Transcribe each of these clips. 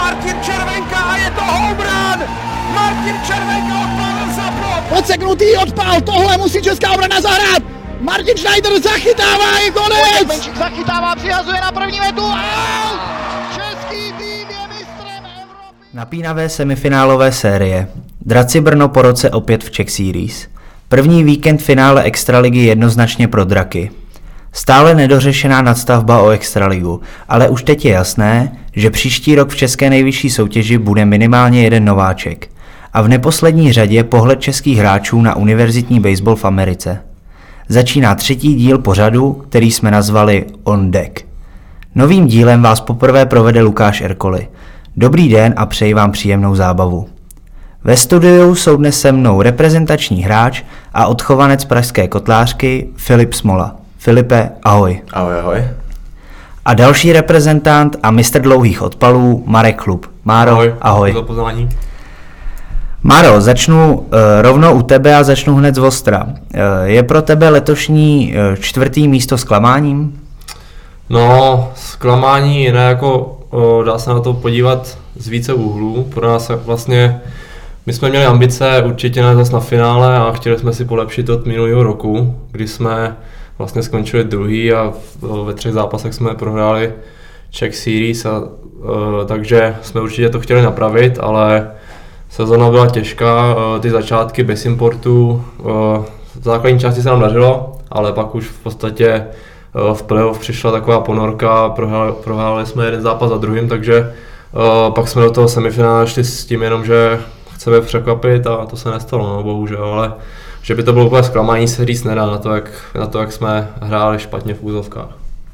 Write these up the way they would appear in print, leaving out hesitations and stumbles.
Martin Červenka a je to home run! Martin Červenka odpálil za plot! Odseknutý odpál, tohle musí česká obrana zahrát! Martin Schneider zachytává, je konec! Benčík zachytává, přihazuje na první metu. Out! Český tým je mistrem Evropy! Napínavé semifinálové série. Draci Brno po roce opět v Czech Series. První víkend finále Extraligy jednoznačně pro Draky. Stále nedořešená nadstavba o Extraligu, ale už teď je jasné, že příští rok v české nejvyšší soutěži bude minimálně jeden nováček. A v neposlední řadě pohled českých hráčů na univerzitní baseball v Americe. Začíná třetí díl pořadu, který jsme nazvali On Deck. Novým dílem vás poprvé provede Lukáš Erkoli. Dobrý den a přeji vám příjemnou zábavu. Ve studiu jsou dnes se mnou reprezentační hráč a odchovanec pražské Kotlářky Filip Smola. Filipe, ahoj. Ahoj, ahoj. A další reprezentant a mistr dlouhých odpalů Marek Chlub. Máro, ahoj. Za pozvání. Máro, začnu rovnou u tebe a začnu hned z ostra. Je pro tebe letošní čtvrtý místo zklamáním? No, zklamání ne, jako dá se na to podívat z více úhlů. Pro nás vlastně, my jsme měli ambice určitě ne zas na finále a chtěli jsme si polepšit od minulého roku, kdy jsme vlastně skončili druhý a ve 3 zápasech jsme prohráli Czech Series, takže jsme určitě to chtěli napravit, ale sezona byla těžká, ty začátky bez importu, v základní části se nám dařilo, ale pak už v podstatě v playoff přišla taková ponorka, prohráli jsme jeden zápas za druhým, takže pak jsme do toho semifinále šli s tím jenom, že chceme překvapit a to se nestalo, no, bohužel, ale že by to bylo úplně zklamání, se říct nedá na to, jak jsme hráli špatně v úzovkách.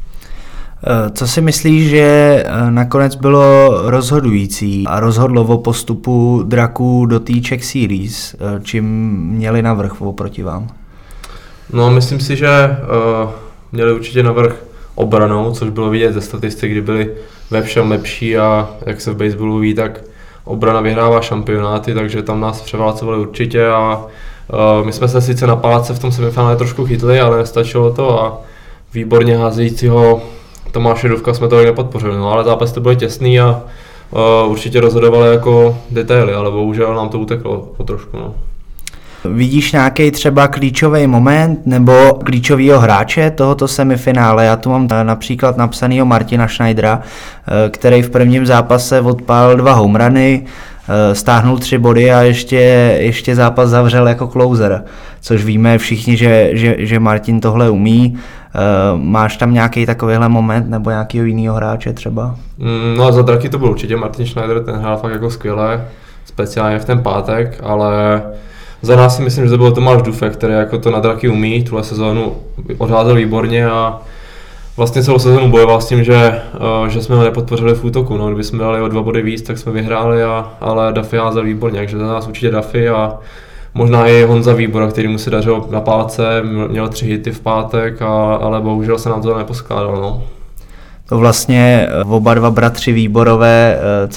Co si myslíš, že nakonec bylo rozhodující a rozhodlo o postupu Draků do té Czech Series? Čím měli navrch oproti vám? No, myslím si, že měli určitě navrch obranou, což bylo vidět ze statistik, kdy byli ve všem lepší a jak se v baseballu ví, tak obrana vyhrává šampionáty, takže tam nás převálcovali určitě a my jsme se sice na pálce v tom semifinále trošku chytli, ale nestačilo to a výborně házejícího Tomáše Duvka jsme to nepodpořili, no, ale zápas to byl těsný a určitě rozhodovali jako detaily, ale bohužel nám to uteklo o trošku. No. Vidíš nějaký třeba klíčový moment nebo klíčovýho hráče tohoto semifinále? Já tu mám například napsanýho Martina Schneidera, který v prvním zápase odpálil 2 homeruny, stáhnul 3 body a ještě zápas zavřel jako closer, což víme všichni, že Martin tohle umí. Máš tam nějaký takovýhle moment nebo nějakého jiného hráče třeba? No a za Draky to byl určitě Martin Schneider, ten hrál fakt jako skvěle, speciálně v ten pátek, ale za nás si myslím, že to byl Tomáš Dufek, který jako to na Draky umí, tuhle sezónu odházel výborně a vlastně celou sezónu bojoval s tím, že jsme ho nepodpořili v útoku. No, kdyby jsme dali o 2 body víc, tak jsme vyhráli, ale Duffy házel výborně, takže za nás určitě Duffy a možná i Honza Výbora, který mu se dařilo na pálce, měl 3 hity v pátek, ale bohužel se nám to neposkládalo. No. To vlastně oba dva bratři Výborové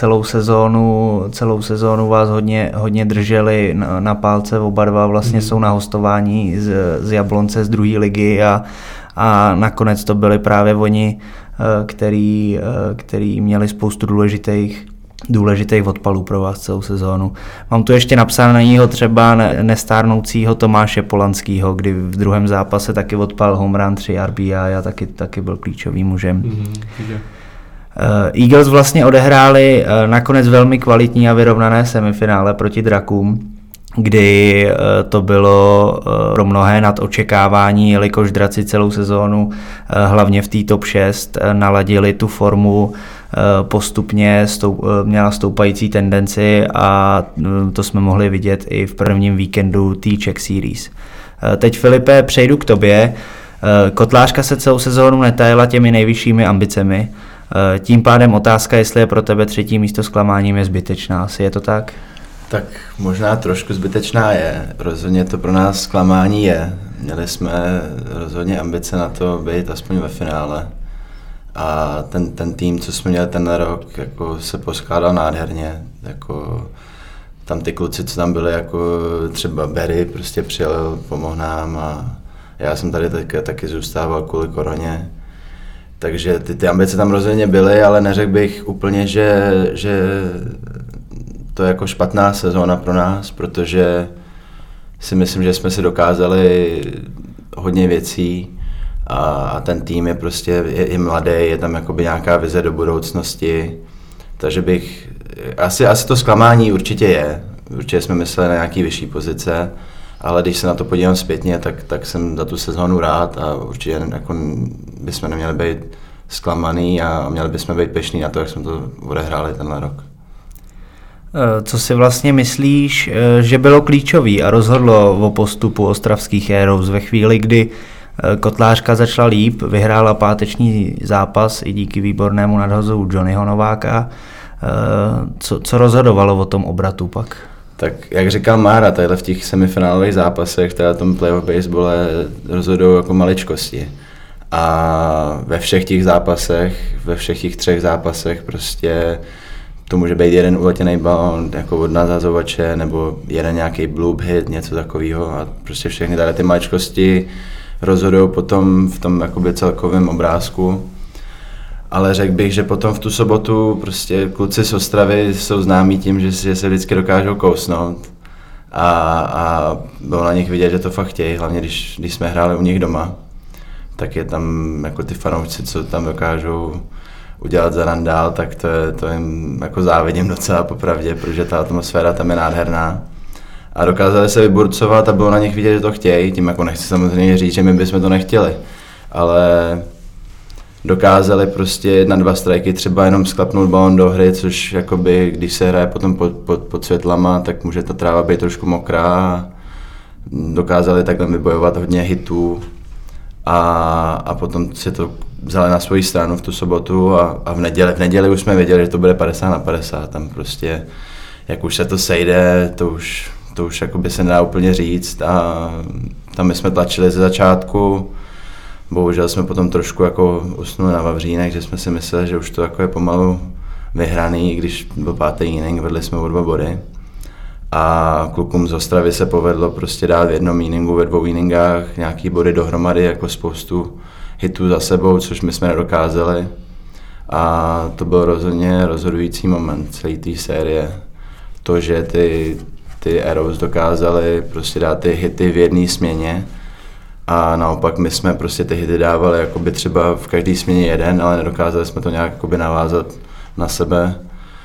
celou sezónu vás hodně drželi na pálce, oba dva vlastně jsou na hostování z Jablonce z 2. ligy a nakonec to byli právě oni, který měli spoustu důležitých odpalů pro vás celou sezónu. Mám tu ještě napsaného třeba nestárnoucího Tomáše Polanského, kdy v druhém zápase taky odpal home run 3 RBI a taky byl klíčovým mužem. Eagles vlastně odehráli nakonec velmi kvalitní a vyrovnané semifinále proti Drakům, kdy to bylo pro mnohé nad očekávání, jelikož Draci celou sezónu, hlavně v té top 6, naladili tu formu postupně, měla stoupající tendenci a to jsme mohli vidět i v prvním víkendu té Czech Series. Teď, Filipe, přejdu k tobě. Kotlářka se celou sezónu netajila těmi nejvyššími ambicemi. Tím pádem otázka, jestli je pro tebe 3. místo zklamáním, je zbytečná. Asi je to tak? Tak možná trošku zbytečná je. Rozhodně to pro nás zklamání je. Měli jsme rozhodně ambice na to být aspoň ve finále. A ten tým, co jsme měli ten rok, jako se poskládal nádherně. Jako, tam ty kluci, co tam byli, jako třeba Barry, prostě přijel, pomohl nám a já jsem tady taky zůstával kvůli koroně. Takže ty ambice tam rozhodně byly, ale neřekl bych úplně, že to je jako špatná sezóna pro nás, protože si myslím, že jsme si dokázali hodně věcí a ten tým je prostě je mladý, je tam jakoby nějaká vize do budoucnosti, takže bych, asi to zklamání určitě je, určitě jsme mysleli na nějaký vyšší pozice, ale když se na to podívám zpětně, tak jsem za tu sezónu rád a určitě jako bychom neměli být zklamaný a měli bychom být pyšní na to, jak jsme to odehráli tenhle rok. Co si vlastně myslíš, že bylo klíčový a rozhodlo o postupu ostravských Heroes ve chvíli, kdy Kotlářka začala líp, vyhrála páteční zápas i díky výbornému nadhozu Johnnyho Nováka. Co rozhodovalo o tom obratu pak? Tak jak říkal Mára, tadyhle v těch semifinálových zápasech, v tom playoff basebole rozhodují jako maličkosti. A ve všech těch zápasech, ve všech těch 3 zápasech prostě to může být jeden uletěný balón jako od nazazovače nebo jeden nějaký bloop hit, něco takového a prostě všechny tady ty maličkosti rozhodují potom v tom jakoby celkovém obrázku. Ale řekl bych, že potom v tu sobotu prostě kluci z Ostravy jsou známí tím, že se vždycky dokážou kousnout a bylo na nich vidět, že to fakt chtějí, hlavně když jsme hráli u nich doma, tak je tam jako ty fanoušci, co tam dokážou udělat za randál, tak to jim jako závidím docela popravdě, protože ta atmosféra tam je nádherná. A dokázali se vyburcovat a bylo na nich vidět, že to chtějí, tím jako nechci samozřejmě říct, že my bychom to nechtěli, ale dokázali prostě 1-2 strajky třeba jenom sklapnout balón do hry, což jakoby, když se hraje potom pod světlama, tak může ta tráva být trošku mokrá. Dokázali takhle vybojovat hodně hitů a potom si to vzali na svoji stranu v tu sobotu a v neděli už jsme věděli, že to bude 50-50. Tam prostě, jak už se to sejde, to už jakoby se nedá úplně říct a tam my jsme tlačili ze začátku. Bohužel jsme potom trošku jako usnuli na vavřínech, že jsme si mysleli, že už to jako je pomalu vyhraný, když byl 5. inning, vedli jsme o 2 body. A klukům z Ostravy se povedlo prostě dát v jednom inningu, ve 2 inningách nějaký body dohromady, jako spoustu hitů za sebou, což my jsme nedokázali. A to byl rozhodně rozhodující moment celé té série. To, že ty Arrows dokázali prostě dát ty hity v jedné směně, a naopak my jsme prostě ty hity dávali jakoby třeba v každé směně jeden, ale nedokázali jsme to nějak jakoby navázat na sebe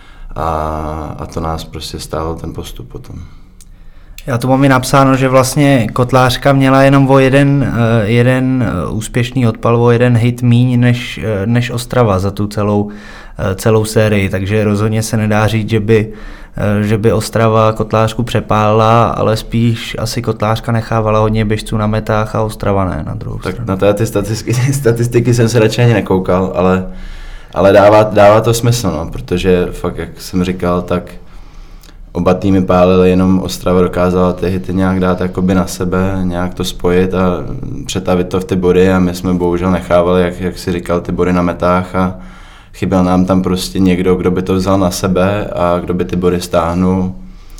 a to nás prostě stálo ten postup potom. Já tu mám i napsáno, že vlastně Kotlářka měla jenom o jeden úspěšný odpal, o jeden hit míň než Ostrava za tu celou sérii, takže rozhodně se nedá říct, že by Ostrava Kotlářku přepálila, ale spíš asi Kotlářka nechávala hodně běžců na metách a Ostrava ne na druhou stranu. Tak na ty statistiky jsem se radši ani nekoukal, ale dává to smysl, no, protože fakt, jak jsem říkal, tak oba týmy pálily, jenom Ostrava dokázala ty hity nějak dát jakoby na sebe, nějak to spojit a přetavit to v ty body a my jsme bohužel nechávali, jak si říkal, ty body na metách a chyběl nám tam prostě někdo, kdo by to vzal na sebe a kdo by ty body stáhnul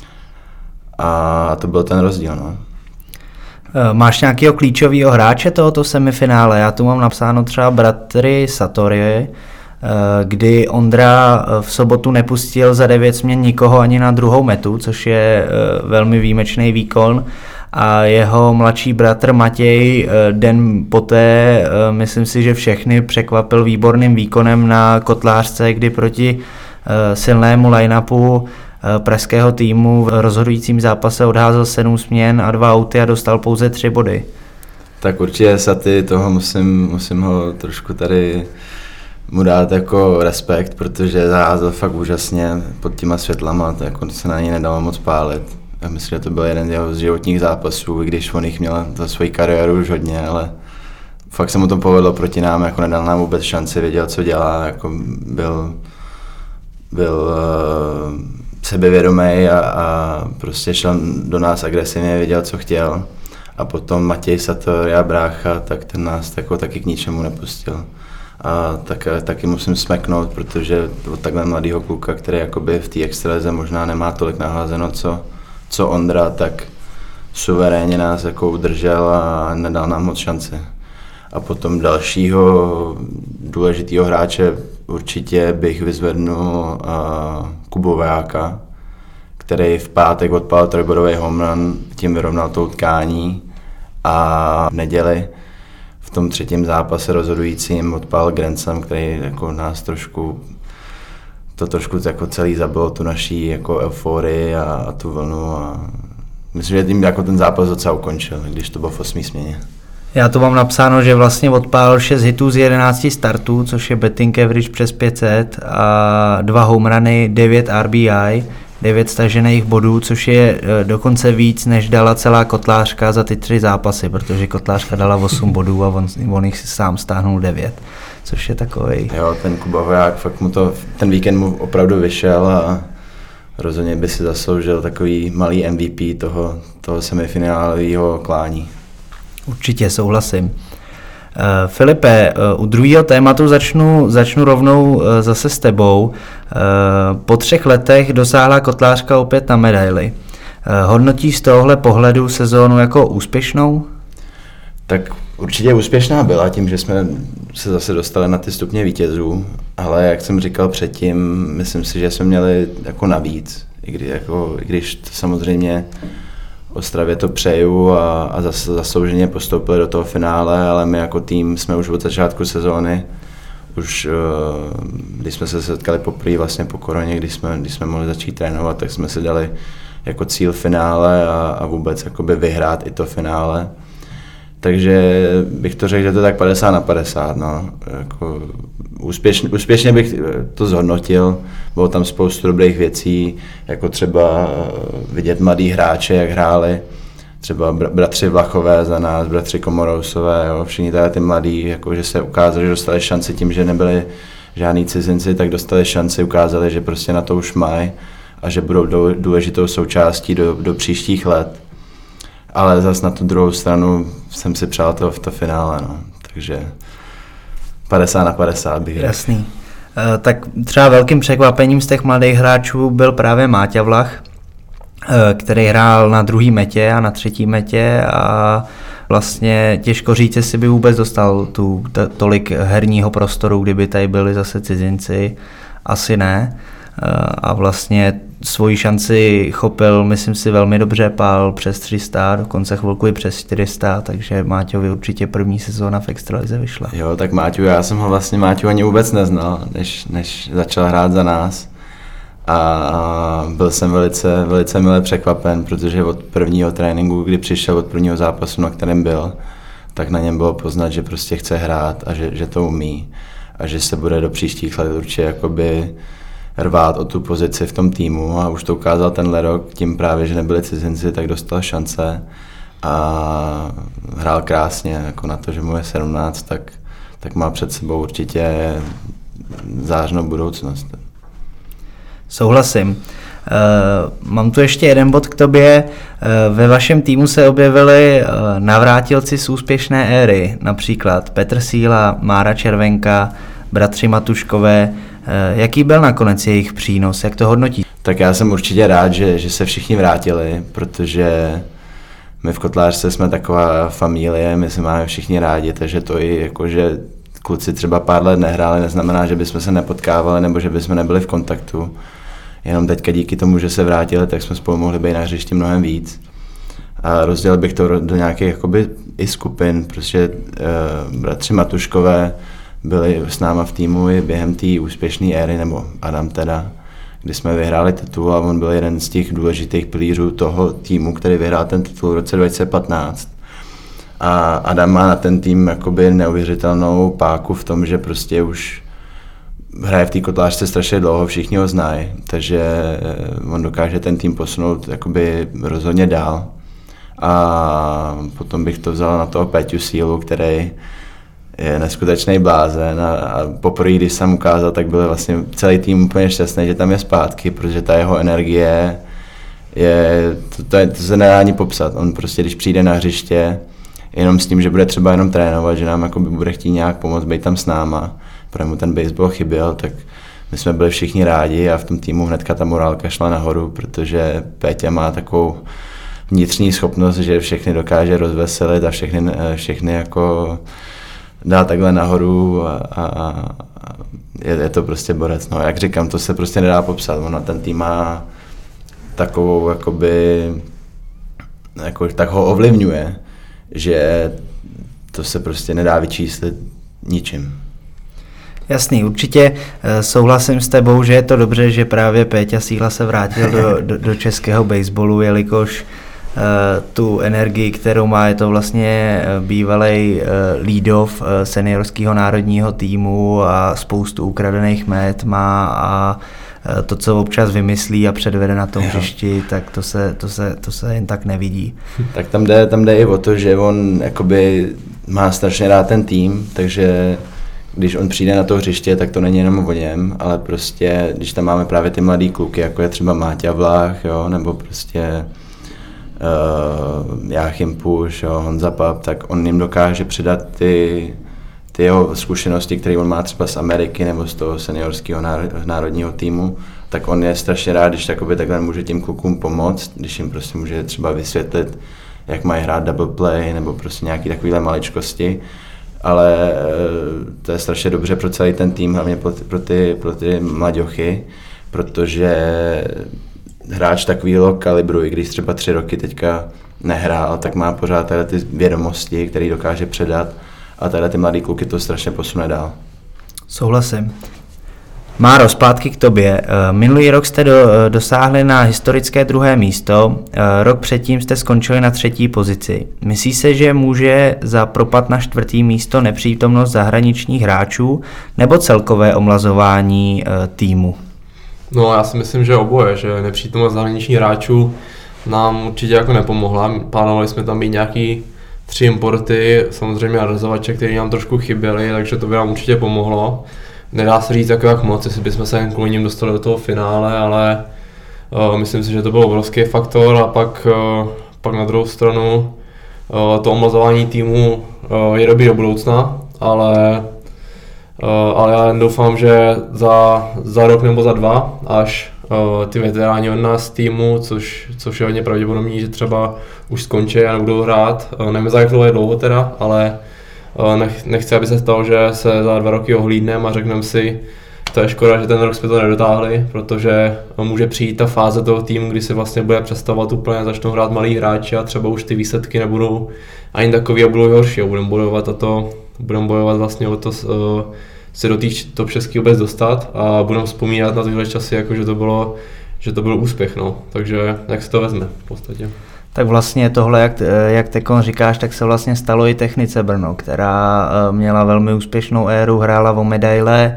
a to byl ten rozdíl. No. Máš nějakého klíčového hráče tohoto semifinále? Já tu mám napsáno třeba bratry Satori, kdy Ondra v sobotu nepustil za 9 směn nikoho ani na druhou metu, což je velmi výjimečný výkon. A jeho mladší bratr Matěj den poté, myslím si, že všechny překvapil výborným výkonem na Kotlářce, kdy proti silnému line-upu pražského týmu v rozhodujícím zápase odházel 7 směn a 2 auty a dostal pouze 3 body. Tak určitě Saty, toho musím ho trošku tady mu dát jako respekt, protože zaházel fakt úžasně pod těma světlama, to jako se na něj nedalo moc pálit. Já myslím, že to byl jeden z životních zápasů, i když on jich měl za svoji kariéru už hodně, ale fakt se mu to povedlo proti nám, jako nedal nám vůbec šanci, věděl, co dělá, jako byl sebevědomý a prostě šel do nás agresivně, věděl, co chtěl. A potom Matěj Satori a brácha, tak ten nás taky k ničemu nepustil. A taky musím smeknout, protože od takhle mladého kluka, který jakoby v té extralize možná nemá tolik naházeno, co Ondra, tak suverénně nás jako udržel a nedal nám moc šanci. A potom dalšího důležitého hráče určitě bych vyzvednul Kubu Vajáka, který v pátek odpálil trojbodový home run, tím vyrovnal to utkání a v neděli v tom třetím zápase rozhodujícím odpálil Grand Slam, který jako nás trošku jako celý zabilo tu naší jako euforii a tu vlnu a myslím, že tím jako ten zápas docela ukončil, když to bylo v 8. směně. Já to mám napsáno, že vlastně odpálil 6 hitů z 11 startů, což je batting average přes 500 a 2 home runy, 9 RBI, 9 stažených bodů, což je dokonce víc, než dala celá Kotlářka za ty 3 zápasy, protože Kotlářka dala 8 bodů a on jich sám stáhnul 9, což je takovej. Jo, ten Kuba Vaják, fakt ten víkend mu opravdu vyšel a rozhodně by si zasloužil takový malý MVP toho semifinálového klání. Určitě souhlasím. Filipe, u druhého tématu začnu rovnou zase s tebou. Po 3 letech dosáhla Kotlářka opět na medaili. Hodnotíš z tohohle pohledu sezónu jako úspěšnou? Tak určitě úspěšná byla tím, že jsme se zase dostali na ty stupně vítězů, ale jak jsem říkal předtím, myslím si, že jsme měli jako navíc, i když to samozřejmě Ostravě to přeju a zaslouženě postoupili do toho finále, ale my jako tým jsme už od začátku sezóny, už když jsme se setkali poprvé vlastně po koroně, když jsme mohli začít trénovat, tak jsme si dali jako cíl finále a vůbec jakoby vyhrát i to finále. Takže bych to řekl, že to je tak 50/50. No. Jako úspěšně bych to zhodnotil, bylo tam spoustu dobrých věcí, jako třeba vidět mladý hráče, jak hráli, třeba bratři Vlachové za nás, bratři Komorousové, jo, všichni tady ty mladí, jako, že se ukázali, že dostali šanci tím, že nebyli žádní cizinci, tak dostali šanci, ukázali, že prostě na to už mají a že budou důležitou součástí do příštích let. Ale zase na tu druhou stranu jsem si přál to v to finále, no. Takže 50/50 bych řekl. Jasný. Tak třeba velkým překvapením z těch mladých hráčů byl právě Máťa Vlach, který hrál na druhý metě a na třetí metě a vlastně těžko říct, jestli by vůbec dostal tolik herního prostoru, kdyby tady byli zase cizinci, asi ne. A vlastně svoji šanci chopil, myslím si, velmi dobře, pál přes 300, dokonce chvilku i přes 400, takže Máťovi určitě první sezóna v extralize vyšla. Jo, tak já jsem ho vlastně Máťu ani vůbec neznal, než začal hrát za nás. A byl jsem velice milé překvapen, protože od prvního tréninku, kdy přišel od prvního zápasu, na kterém byl, tak na něm bylo poznat, že prostě chce hrát a že to umí a že se bude do příštích let určitě jakoby rvát o tu pozici v tom týmu a už to ukázal tenhle rok, tím právě, že nebyli cizinci, tak dostal šance a hrál krásně, jako na to, že mu je 17, tak má před sebou určitě zářnou budoucnost. Souhlasím. Mám tu ještě jeden bod k tobě. Ve vašem týmu se objevili navrátilci z úspěšné éry, například Petr Síla, Mára Červenka, bratři Matuškové. Jaký byl nakonec jejich přínos? Jak to hodnotí? Tak já jsem určitě rád, že se všichni vrátili, protože my v Kotlářce jsme taková familie, my se máme všichni rádi, takže to i jako, že kluci třeba pár let nehráli, neznamená, že bychom se nepotkávali nebo že bychom nebyli v kontaktu. Jenom teďka díky tomu, že se vrátili, tak jsme spolu mohli být na hřišti mnohem víc. A rozdělil bych to do nějakých jakoby i skupin, protože bratři Matuškové byli s náma v týmu i během té úspěšné éry, nebo Adam teda, kdy jsme vyhráli titul a on byl jeden z těch důležitých pilířů toho týmu, který vyhrál ten titul v roce 2015. A Adam má na ten tým jakoby neuvěřitelnou páku v tom, že prostě už hraje v té Kotlářce strašně dlouho, všichni ho znají, takže on dokáže ten tým posunout jakoby rozhodně dál. A potom bych to vzal na toho Peťu Sílu, který je neskutečný blázen a poprvé, když jsem ukázal, tak byl vlastně celý tým úplně šťastný, že tam je zpátky, protože ta jeho energie to se nedá ani popsat. On prostě, když přijde na hřiště, jenom s tím, že bude třeba jenom trénovat, že nám jakoby bude chtít nějak pomoct, být tam s náma, protože mu ten baseball chyběl, tak my jsme byli všichni rádi a v tom týmu hnedka ta morálka šla nahoru, protože Péťa má takovou vnitřní schopnost, že všechny dokáže rozveselit a všechny jako dá takhle nahoru a je to prostě borec. No, jak říkám, to se prostě nedá popsat. Ona ten tým má takovou, jakoby, jako, tak ho ovlivňuje, že to se prostě nedá vyčíslit ničím. Jasný, určitě souhlasím s tebou, že je to dobře, že právě Péťa Síla se vrátil do českého baseballu, jelikož tu energii, kterou má, je to vlastně bývalej lead-off seniorského národního týmu a spoustu ukradených met má a to, co občas vymyslí a předvede na tom hřišti, tak to se jen tak nevidí. Tak tam jde i o to, že on jakoby má strašně rád ten tým, takže když on přijde na to hřiště, tak to není jenom o něm, ale prostě, když tam máme právě ty mladý kluky, jako je třeba Máťa Vlách, jo, nebo prostě Jáchym Puš, jo, Honza Pap, tak on jim dokáže předat ty jeho zkušenosti, které on má třeba z Ameriky nebo z toho seniorského národního týmu, tak on je strašně rád, když takhle může těm klukům pomoct, když jim prostě může třeba vysvětlit, jak mají hrát double play nebo prostě nějaké takovéhle maličkosti. Ale to je strašně dobře pro celý ten tým, hlavně pro ty mlaďochy, protože hráč takovýho kalibru, i když třeba 3 roky teďka nehrál, tak má pořád tady ty vědomosti, které dokáže předat a tady ty mladý kluky to strašně posune dál. Souhlasím. Máro, zpátky k tobě. Minulý rok jste dosáhli na historické 2. místo, rok předtím jste skončili na 3. pozici. Myslí se, že může za propad na 4. místo nepřítomnost zahraničních hráčů nebo celkové omlazování týmu? No, já si myslím, že oboje, že nepřítomnost zahraničních hráčů nám určitě jako nepomohla. Plánovali jsme tam být nějaký 3 importy, samozřejmě rozhovače, které nám trošku chyběly, takže to by nám určitě pomohlo. Nedá se říct jak moc, jestli bychom se jen kvůli ním dostali do toho finále, ale myslím si, že to byl obrovský faktor a pak na druhou stranu to omlazování týmu je dobrý do budoucna, ale já jen doufám, že za rok nebo za 2, až ty veteráni od nás z týmu, což je hodně pravděpodobný, že třeba už skončí a nebudou hrát, nevím za jak dlouho teda, ale nechci, aby se stalo, že se za 2 roky ohlídneme a řekneme si, to je škoda, že ten rok jsme to nedotáhli, protože může přijít ta fáze toho týmu, kdy se vlastně bude přestavovat úplně, začnou hrát malí hráči a třeba už ty výsledky nebudou ani takový a budou horší. Budeme bojovat vlastně o to se do těch top 6 vůbec dostat a budeme vzpomínat na tyhle časy, jako že to byl úspěch, no. Takže jak se to vezme v podstatě. Tak vlastně tohle, jak Tekon říkáš, tak se vlastně stalo i Technice Brno, která měla velmi úspěšnou éru, hrála o medaile,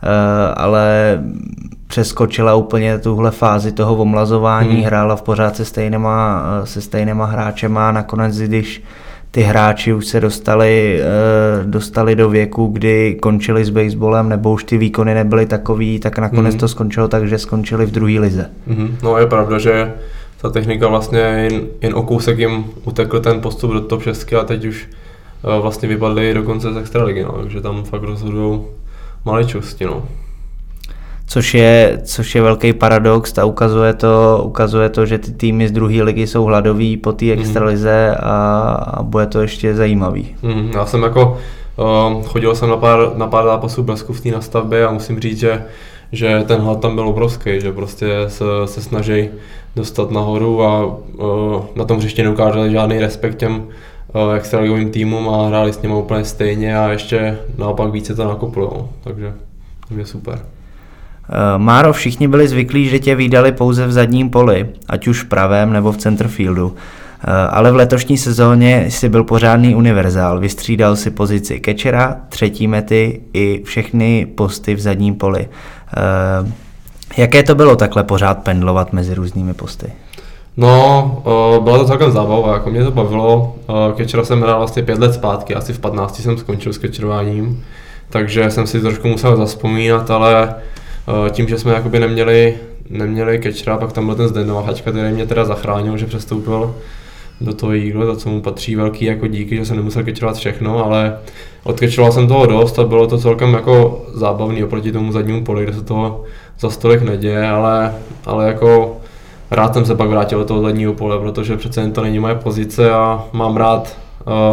ale přeskočila úplně tuhle fázi toho omlazování, hrála v pořád se stejnýma hráčema a nakonec, když ty hráči už se dostali do věku, kdy končili s baseballem, nebo už ty výkony nebyly takový, tak nakonec to skončilo tak, že skončili v 2. lize. No je pravda, že ta Technika vlastně jen o kousek jim utekl ten postup do top 6 a teď už vlastně vypadli dokonce z extraligy, no, takže tam fakt rozhodují maličkosti, no. Což je velký paradox a ukazuje to, že ty týmy z 2. ligy jsou hladový po té extralize a bude to ještě zajímavý. Já jsem chodil jsem na pár zápasů Blesku v té nastavbě a musím říct, že ten hlad tam byl obrovský, že prostě se snaží dostat nahoru a na tom hřiště neukázali žádný respekt těm extraligovým týmům a hráli s nimi úplně stejně a ještě naopak více to nakoplo, takže to je super. Máro, všichni byli zvyklí, že tě vídali pouze v zadním poli, ať už v pravém nebo v centerfieldu. Ale v letošní sezóně jsi byl pořádný univerzál, vystřídal si pozici catchera, 3. mety i všechny posty v zadním poli. Jaké to bylo takhle pořád pendlovat mezi různými posty? No, byla to celkem zábava, jako mě to bavilo. Catchera jsem hrál vlastně 5 let zpátky, asi v 15 jsem skončil s catcherováním, takže jsem si trošku musel zavzpomínat, ale tím, že jsme jakoby neměli catchera, pak tam byl ten Zdeněk Hačka, který mě teda zachránil, že přestoupil do toho Eagle, za co mu patří velký jako díky, že jsem nemusel catcherovat všechno, ale odcatcheroval jsem toho dost a bylo to celkem jako zábavný oproti tomu zadnímu poli, kde se toho za stolik neděje, ale jako rád jsem se pak vrátil do toho zadního pole, protože přece jen to není moje pozice a mám rád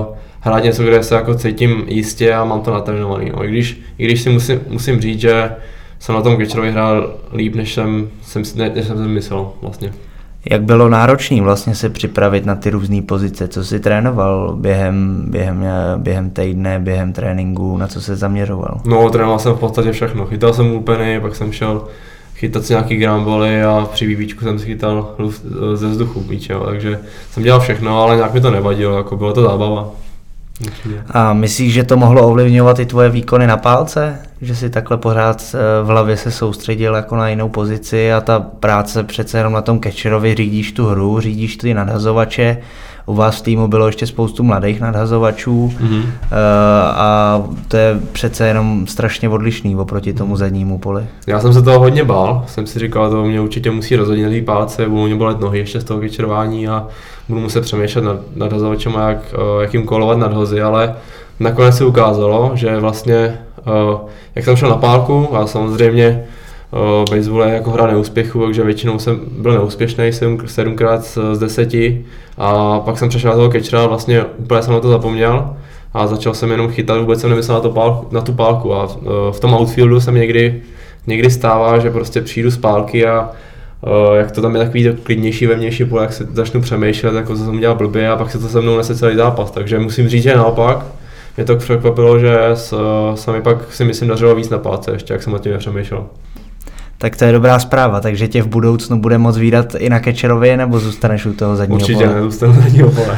hrát něco, kde se jako cítím jistě a mám to natrénovaný. No. I když si musím říct, že jsem na tom catcherovi hrál líp, než jsem myslel vlastně. Jak bylo náročné vlastně se připravit na ty různé pozice? Co jsi trénoval během týdne, během tréninku, na co se zaměřoval? No, trénoval jsem v podstatě všechno. Chytal jsem úplný, pak jsem šel chytat si nějaký gramboly a při výbíčku jsem si chytal ze vzduchu míč, jo. Takže jsem dělal všechno, ale nějak mi to nevadilo, jako bylo to zábava. A myslíš, že to mohlo ovlivňovat i tvoje výkony na pálce? Že si takhle pořád v hlavě se soustředil jako na jinou pozici a ta práce přece jenom na tom catcherovi, řídíš tu hru, řídíš ty nadhazovače, u vás v týmu bylo ještě spoustu mladých nadhazovačů a to je přece jenom strašně odlišný oproti tomu zadnímu poli. Já jsem se toho hodně bál, jsem si říkal, to mě určitě musí rozhodit na té pálce, budou mě bolet nohy ještě z toho catcherování a budu muset přemýšlet nad nadhazovačem a jak jim kolovat nadhozy, ale nakonec se ukázalo, že vlastně, jak jsem šel na pálku a samozřejmě baseball je jako hra neúspěchu, takže většinou jsem byl neúspěšný 7krát z 10 a pak jsem přešel na toho catchera a vlastně úplně jsem na to zapomněl a začal jsem jenom chytat, vůbec jsem nemyslel na tu pálku a v tom outfieldu se mi někdy stává, že prostě přijdu z pálky a jak to tam je takový klidnější, vevnější pole, jak se začnu přemýšlet, jako co jsem dělal blbě a pak se to se mnou nese celý zápas, takže musím říct, že naopak mě to překvapilo, že se mi pak si myslím dařilo víc na pálce ještě, jak jsem o tím nepřemýšlel. Tak to je dobrá zpráva, takže tě v budoucnu bude moc vídat i na catcherově, nebo zůstaneš u toho zadního pole? Určitě nezůstanu u zadního pole.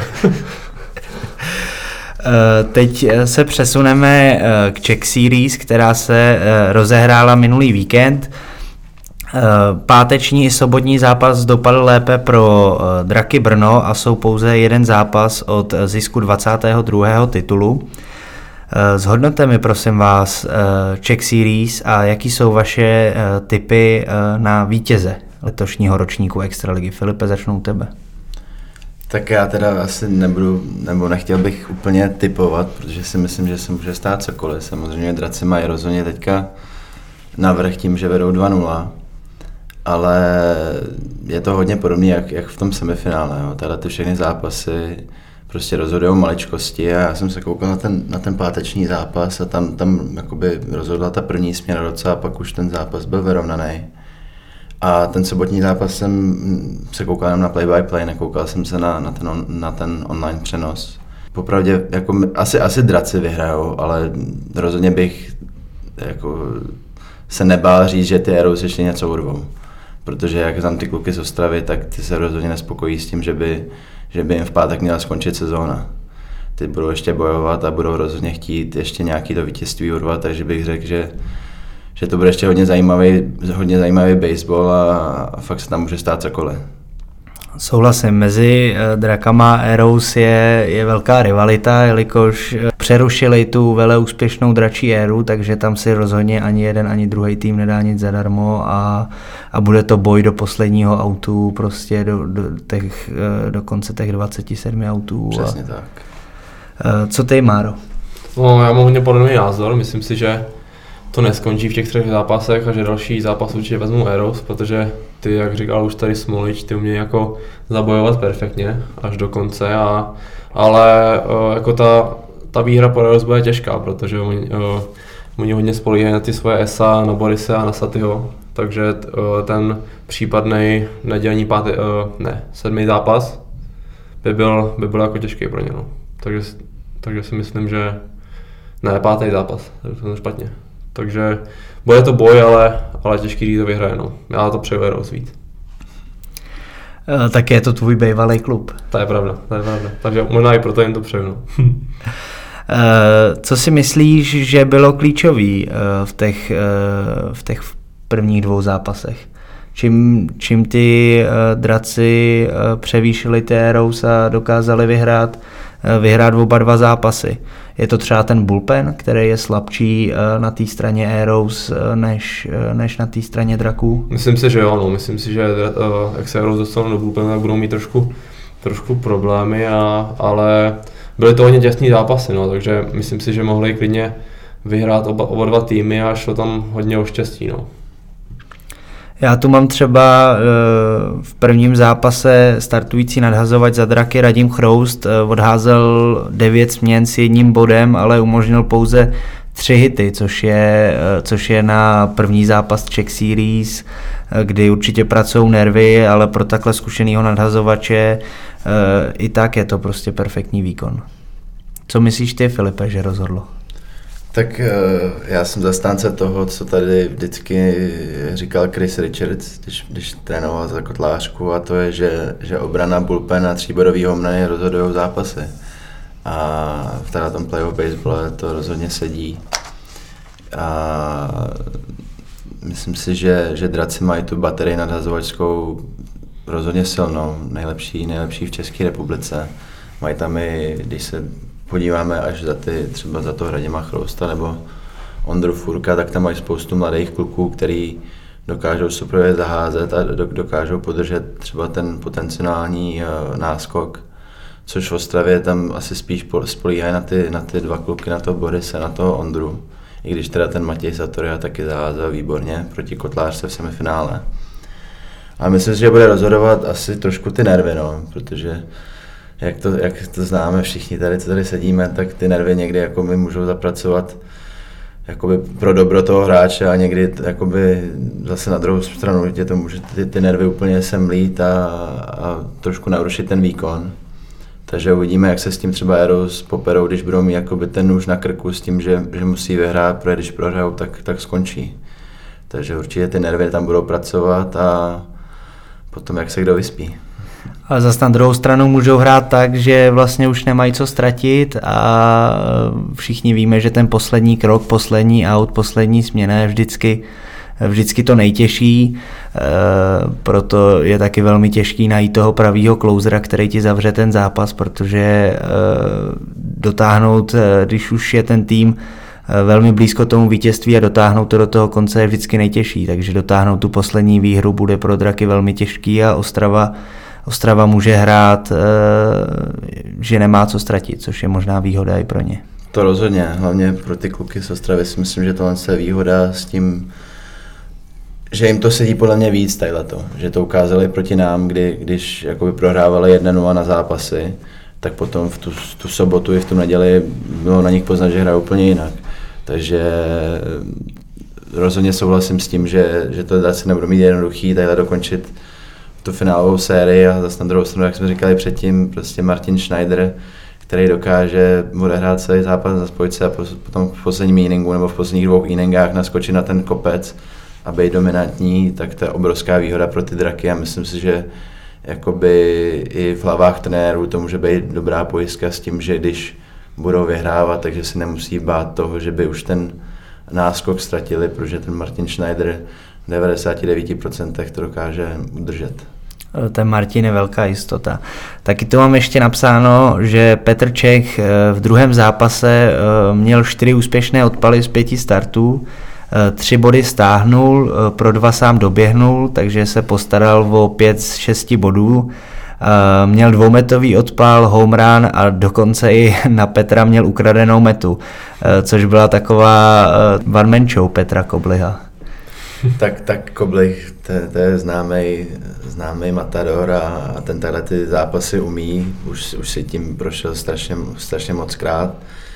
Teď se přesuneme k Czech Series, která se rozehrála minulý víkend. Páteční i sobotní zápas dopadl lépe pro Draky Brno a jsou pouze jeden zápas od zisku 22. titulu. Zhodnoťte mi prosím vás Czech Series a jaký jsou vaše tipy na vítěze letošního ročníku Extraligy. Filipe, začnu u tebe. Tak já teda asi nebudu, nebo nechtěl bych úplně tipovat, protože si myslím, že se může stát cokoliv. Samozřejmě Draci mají rozhodně teďka navrch tím, že vedou 2-0, ale je to hodně podobné jak v tom semifinále. Tyhle ty všechny zápasy prostě rozhodují maličkosti a já jsem se koukal na ten páteční zápas a tam jakoby rozhodla ta první směna docela a pak už ten zápas byl vyrovnaný. A ten sobotní zápas jsem se koukal jenom na play-by-play, nekoukal jsem se na ten online přenos. Popravdě jako asi Draci vyhrajou, ale rozhodně bych jako se nebál říct, že ty Arrows ještě něco urvou. Protože jak tam ty kluky z Ostravy, tak ty se rozhodně nespokojí s tím, že by jim v pátek měla skončit sezóna. Ty budou ještě bojovat a budou rozhodně chtít ještě nějaký to vítězství urvat, takže bych řekl, že to bude ještě hodně zajímavý baseball a fakt se tam může stát cokoliv. Souhlasím, mezi Drakama a Arrows je velká rivalita, jelikož přerušili tu veleúspěšnou dračí éru, takže tam si rozhodně ani jeden, ani druhý tým nedá nic zadarmo a bude to boj do posledního autu, prostě do konce těch 27 autů. Přesně tak. Co ty, Máro? No, já mám hodně podobný názor, myslím si, že to neskončí v těch 3 zápasech a že další zápas určitě vezmou Arrows, protože ty, jak říkal už tady Smolič, ty umějí jako zabojovat perfektně až do konce, ale jako ta výhra po Arrows bude těžká, protože oni hodně spolíhají na ty svoje ESA, na Borise a na Satyho, takže ten případný nedělní 7. zápas by byl jako těžký pro ně, no. Takže si myslím, že ne, 5. zápas, to je špatně. Takže bude to boj, ale těžký říct to vyhraje, no. Já to přeju Arrows víc. Tak je to tvůj bývalý klub. To je pravda. Takže možná i proto jim to přeju, no. Co si myslíš, že bylo klíčový v těch prvních 2 zápasech? Čím ty Draci převýšili ty Arrows a dokázali vyhrát oba 2 zápasy? Je to třeba ten bullpen, který je slabší na té straně Arrows než na té straně Draků? Myslím si, že jo, no. Myslím si, že jak se Arrows dostanou do bullpenu, tak budou mít trošku problémy, ale byly to hodně těsný zápasy, no, takže myslím si, že mohli klidně vyhrát oba 2 týmy a šlo tam hodně o štěstí, no. Já tu mám třeba v prvním zápase startující nadhazovač za Draky Radim Chroust, odházel 9 směn s 1 bodem, ale umožnil pouze 3 hity, což je na první zápas Czech Series, kdy určitě pracují nervy, ale pro takhle zkušenýho nadhazovače i tak je to prostě perfektní výkon. Co myslíš ty, Filipe, že rozhodlo? Tak já jsem zastánce toho, co tady vždycky říkal Chris Richards, když trénoval za Kotlářku, a to je, že obrana, bullpen a 3bodový homrany rozhodují zápasy. A v tom playoff baseball to rozhodně sedí. A myslím si, že draci mají tu baterii nadhazovačskou rozhodně silnou, nejlepší v České republice. Mají tam i, když se podíváme až třeba za toho Radima Chrousta nebo Ondru Furka, tak tam mají spoustu mladých kluků, který dokážou super zaházet a dokážou podržet třeba ten potenciální náskok. Což v Ostravě tam asi spíš spolíhají na ty 2 kluky, na toho Borise, na toho Ondru. I když teda ten Matěj Satoria taky zaházel výborně proti Kotlářce v semifinále. A myslím si, že bude rozhodovat asi trošku ty nervy, no, protože jak to známe všichni tady, co tady sedíme, tak ty nervy někdy jako my můžou zapracovat jakoby pro dobro toho hráče a někdy jakoby zase na druhou stranu tě to může ty nervy úplně semlít a trošku narušit ten výkon. Takže uvidíme, jak se s tím třeba Aero poperou, když budou mít jakoby ten nůž na krku s tím, že musí vyhrát, protože když prohrajou, tak skončí. Takže určitě ty nervy tam budou pracovat a potom jak se kdo vyspí. Ale zase na druhou stranu můžou hrát tak, že vlastně už nemají co ztratit a všichni víme, že ten poslední krok, poslední out, poslední směna je vždycky to nejtěžší, proto je taky velmi těžký najít toho pravýho closera, který ti zavře ten zápas, protože dotáhnout, když už je ten tým velmi blízko tomu vítězství a dotáhnout to do toho konce je vždycky nejtěžší, takže dotáhnout tu poslední výhru bude pro Draky velmi těžký a Ostrava může hrát, že nemá co ztratit, což je možná výhoda i pro ně. To rozhodně, hlavně pro ty kluky z Ostravy si myslím, že tohle je výhoda s tím, že jim to sedí podle mě víc tadyhleto, že to ukázali proti nám, když jakoby prohrávali 1-0 na zápasy, tak potom v tu sobotu i v tu neděli bylo na nich poznat, že hrajou úplně jinak. Takže rozhodně souhlasím s tím, že to zase nebudou mít jednoduchý tadyhle dokončit tu finálovou sérii a zase na druhou stranu, jak jsme říkali předtím, prostě Martin Schneider, který dokáže odehrát celý zápas na spojce a potom v posledním inningu nebo v posledních 2 inningách naskočit na ten kopec a být dominantní, tak to je obrovská výhoda pro ty Draky a myslím si, že jakoby i v hlavách trenérů to může být dobrá pojistka s tím, že když budou vyhrávat, takže si nemusí bát toho, že by už ten náskok ztratili, protože ten Martin Schneider v 99% to dokáže udržet. Ten Martin je velká jistota. Taky tu mám ještě napsáno, že Petr Čech v druhém zápase měl 4 úspěšné odpaly z 5 startů, 3 body stáhnul, pro 2 sám doběhnul, takže se postaral o 5 z 6 bodů. Měl 2metový odpal, home run a dokonce i na Petra měl ukradenou metu, což byla taková one-man show Petra Kobliha. Tak Koblich, to je známý matador a ten tahle ty zápasy umí, už si tím prošel strašně moc krát.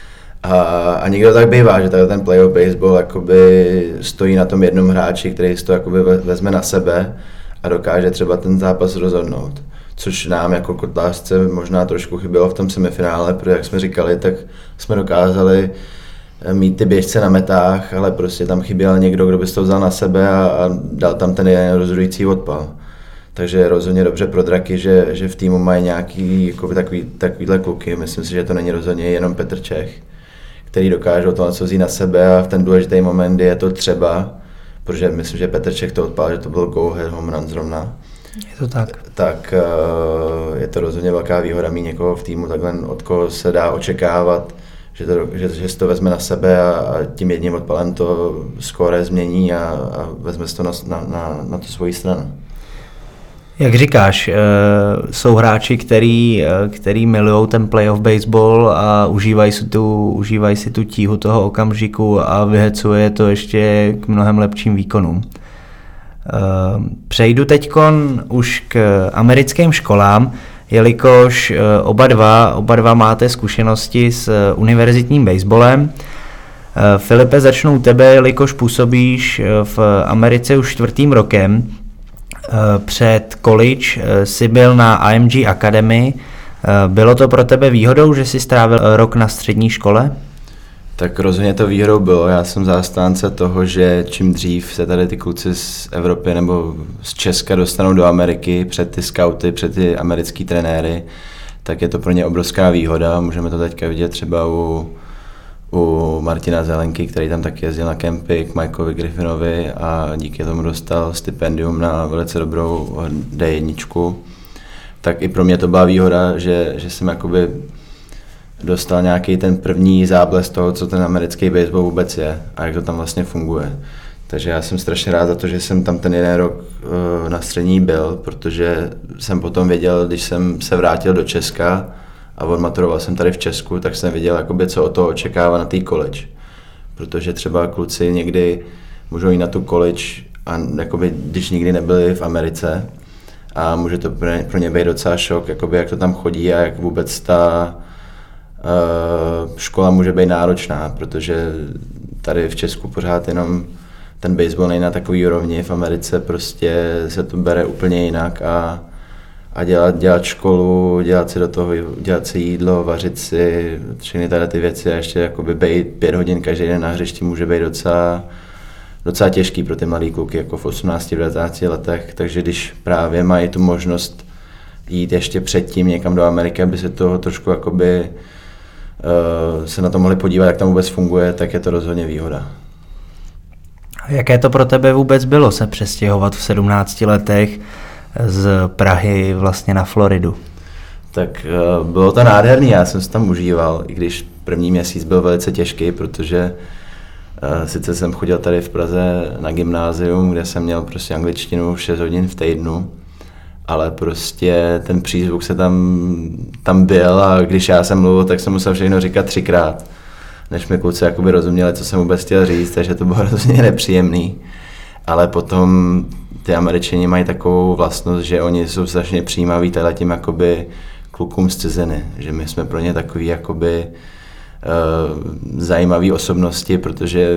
A někdo tak bývá, že ten playoff baseball jakoby stojí na tom jednom hráči, který si to jakoby vezme na sebe a dokáže třeba ten zápas rozhodnout. Což nám jako Kotlářce možná trošku chybělo v tom semifinále, protože jak jsme říkali, tak jsme dokázali mít ty běžce na metách, ale prostě tam chyběl někdo, kdo by to vzal na sebe a dal tam ten jeden rozhodující odpal. Takže je rozhodně dobře pro Draky, že v týmu mají nějaký jakoby takovýhle kluky. Myslím si, že to není rozhodně jenom Petr Čech, který dokážou to vzít na sebe a v ten důležitý moment je to třeba, protože myslím, že Petr Čech to odpál, že to byl go-ahead home run zrovna. Je to tak. Tak je to rozhodně velká výhoda mít někoho v týmu, takhle od koho se dá očekávat, že si to vezme na sebe a tím jedním odpalem to skóre změní a vezme si to na tu svoji stranu. Jak říkáš, jsou hráči, který milují ten playoff baseball a užívají si tu tíhu toho okamžiku a vyhecuje to ještě k mnohem lepším výkonům. Přejdu teďkon už k americkým školám, jelikož oba dva máte zkušenosti s univerzitním baseballem. Filipe, začnu u tebe, jelikož působíš v Americe už 4. rokem. Před college jsi byl na IMG Academy. Bylo to pro tebe výhodou, že jsi strávil rok na střední škole? Tak rozhodně to výhodou bylo. Já jsem zastánce toho, že čím dřív se tady ty kluci z Evropy nebo z Česka dostanou do Ameriky před ty skauty, před ty americký trenéry, tak je to pro ně obrovská výhoda. Můžeme to teďka vidět třeba u Martina Zelenky, který tam taky jezdil na kempy, k Mikeovi Griffinovi a díky tomu dostal stipendium na velice dobrou D1. Tak i pro mě to byla výhoda, že jsem jakoby dostal nějaký ten první záblesk toho, co ten americký baseball vůbec je a jak to tam vlastně funguje. Takže já jsem strašně rád za to, že jsem tam ten 1 rok na střední byl, protože jsem potom věděl, když jsem se vrátil do Česka a odmaturoval jsem tady v Česku, tak jsem věděl, jakoby, co od toho očekává na té college. Protože třeba kluci někdy můžou jít na tu college, a jakoby, když nikdy nebyli v Americe, a může to pro ně být docela šok, jakoby, jak to tam chodí a jak vůbec ta škola může být náročná, protože tady v Česku pořád jenom ten baseball není na takový úrovni, v Americe prostě se to bere úplně jinak a dělat školu, dělat si jídlo, vařit si, všechny tady ty věci a ještě jakoby být 5 hodin každý den na hřišti může být docela těžký pro ty mladý kluky jako v 18-20 letech, takže když právě mají tu možnost jít ještě předtím někam do Ameriky, aby se to trošku jakoby se na to mohli podívat, jak tam vůbec funguje, tak je to rozhodně výhoda. Jaké to pro tebe vůbec bylo se přestěhovat v 17 letech z Prahy vlastně na Floridu? Tak bylo to nádherný, já jsem se tam užíval, i když první měsíc byl velice těžký, protože sice jsem chodil tady v Praze na gymnázium, kde jsem měl prostě angličtinu 6 hodin v týdnu, ale prostě ten přízvuk se tam byl a když já jsem mluvil, tak jsem musel všechno říkat 3krát, než mi kluci jakoby rozuměli, co jsem vůbec chtěl říct, takže to bylo hrozně nepříjemný. Ale potom ty Američani mají takovou vlastnost, že oni jsou strašně přijímaví tím jakoby klukům z ciziny, že my jsme pro ně takový jakoby zajímavý osobnosti, protože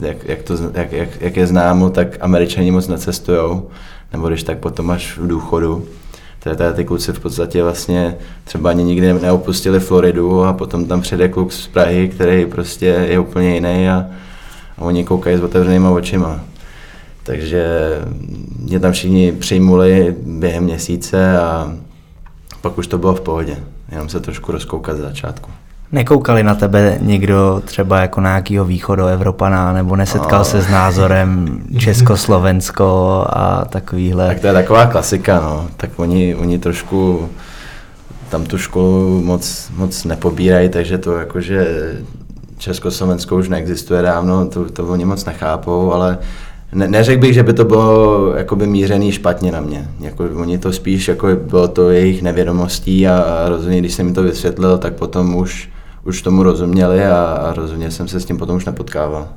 jak je známo, tak Američani moc necestujou, nebo když tak potom až v důchodu. Tady ty kluci v podstatě vlastně třeba ani nikdy neopustili Floridu a potom tam přijde kluk z Prahy, který prostě je úplně jiný a oni koukají s otevřenýma očima. Takže mě tam všichni přijmuli během měsíce a pak už to bylo v pohodě, jenom se trošku rozkoukat z začátku. Nekoukali na tebe někdo třeba jako na nějakýho východoevropana, nebo nesetkal se s názorem Československo a takovýhle? Tak to je taková klasika, no. Tak oni trošku tam tu školu moc nepobírají, takže to jakože Československo už neexistuje dávno, to oni moc nechápou, ale neřekl bych, že by to bylo jakoby mířený špatně na mě. Jako, oni to spíš, jako bylo to jejich nevědomostí a rozhodně, když jsem mi to vysvětlil, tak potom už tomu rozuměli a rozhodně jsem se s tím potom už nepotkával.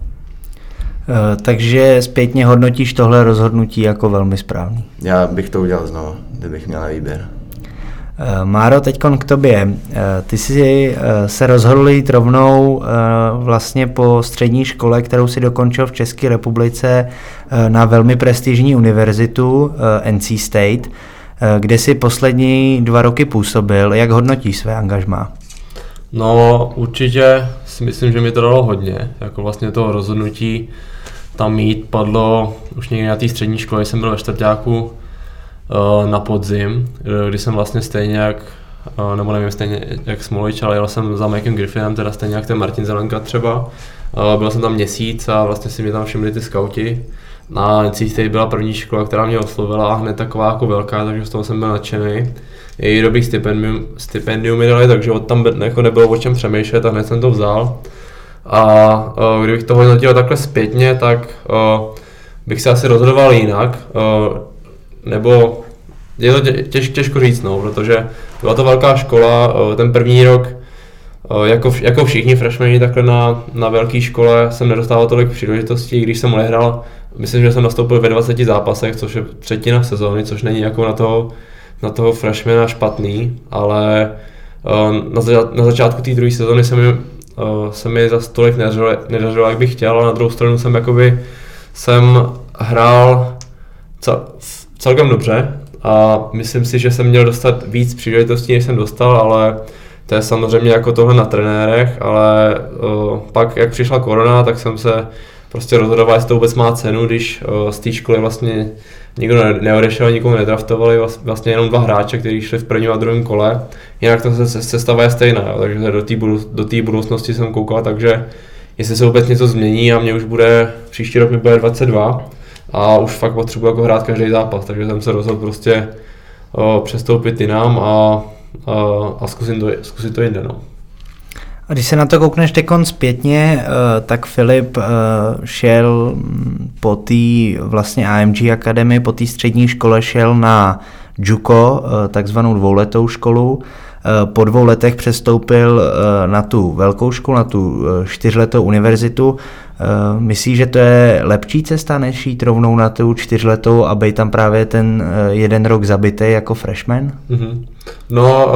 Takže zpětně hodnotíš tohle rozhodnutí jako velmi správný? Já bych to udělal znovu, kdybych měl na výběr. Máro, teďkon k tobě. Ty jsi se rozhodl jít rovnou vlastně po střední škole, kterou si dokončil v České republice na velmi prestižní univerzitu NC State, kde si poslední 2 roky působil. Jak hodnotíš své angažmá? No určitě si myslím, že mi to dalo hodně. Jako vlastně toho rozhodnutí tam jít padlo už někdy na té střední škole, jsem byl ve čtvrťáku na podzim, kdy jsem vlastně stejně jak, nebo nevím stejně jak Smolič, ale jel jsem za Mikem Griffinem, teda stejně jak ten Martin Zelenka třeba. Byl jsem tam měsíc a vlastně si mě tam všimli ty skauti. Na NC State byla první škola, která mě oslovila, hned taková jako velká, takže z toho jsem byl nadšený. I dobrý stipendium mi dali, takže od tam jako nebylo o čem přemýšlet a hned jsem to vzal. A kdybych to hodnotil takhle zpětně, tak bych se asi rozhodoval jinak. Nebo je to těžko říct, no, protože byla to velká škola, ten první rok Jako všichni freshmeni, takhle na velké škole jsem nedostával tolik příležitostí, když jsem odehrál, myslím, že jsem nastoupil ve 20 zápasech, což je třetina sezóny, což není jako na toho freshmana špatný, ale na začátku té druhé sezóny se mi za tolik nedařilo, jak bych chtěl, ale na druhou stranu jsem hrál celkem dobře a myslím si, že jsem měl dostat víc příležitostí, než jsem dostal, ale to je samozřejmě jako tohle na trenérech, ale pak jak přišla korona, tak jsem se prostě rozhodoval, jestli to vůbec má cenu, když z té školy vlastně nikdo neodešel, nikomu nedraftovali, vlastně jenom 2 hráče, kteří šli v prvním a druhém kole, jinak to sestava je stejná, jo, takže do té budoucnosti jsem koukal, takže jestli se vůbec něco změní a mě už příští rok mi bude 22 a už fakt potřebuji jako hrát každý zápas, takže jsem se rozhodl prostě přestoupit jinam a zkusit to jinde. No. A když se na to koukneš tekon zpětně, tak Filip šel po té vlastně AMG Academy, po té střední škole šel na JUCO, takzvanou 2letou školu. Po 2 letech přestoupil na tu velkou školu, na tu 4letou univerzitu. Myslíš, že to je lepší cesta, než jít rovnou na tu 4letou a být tam právě ten 1 rok zabitý jako freshman? Mm-hmm. No,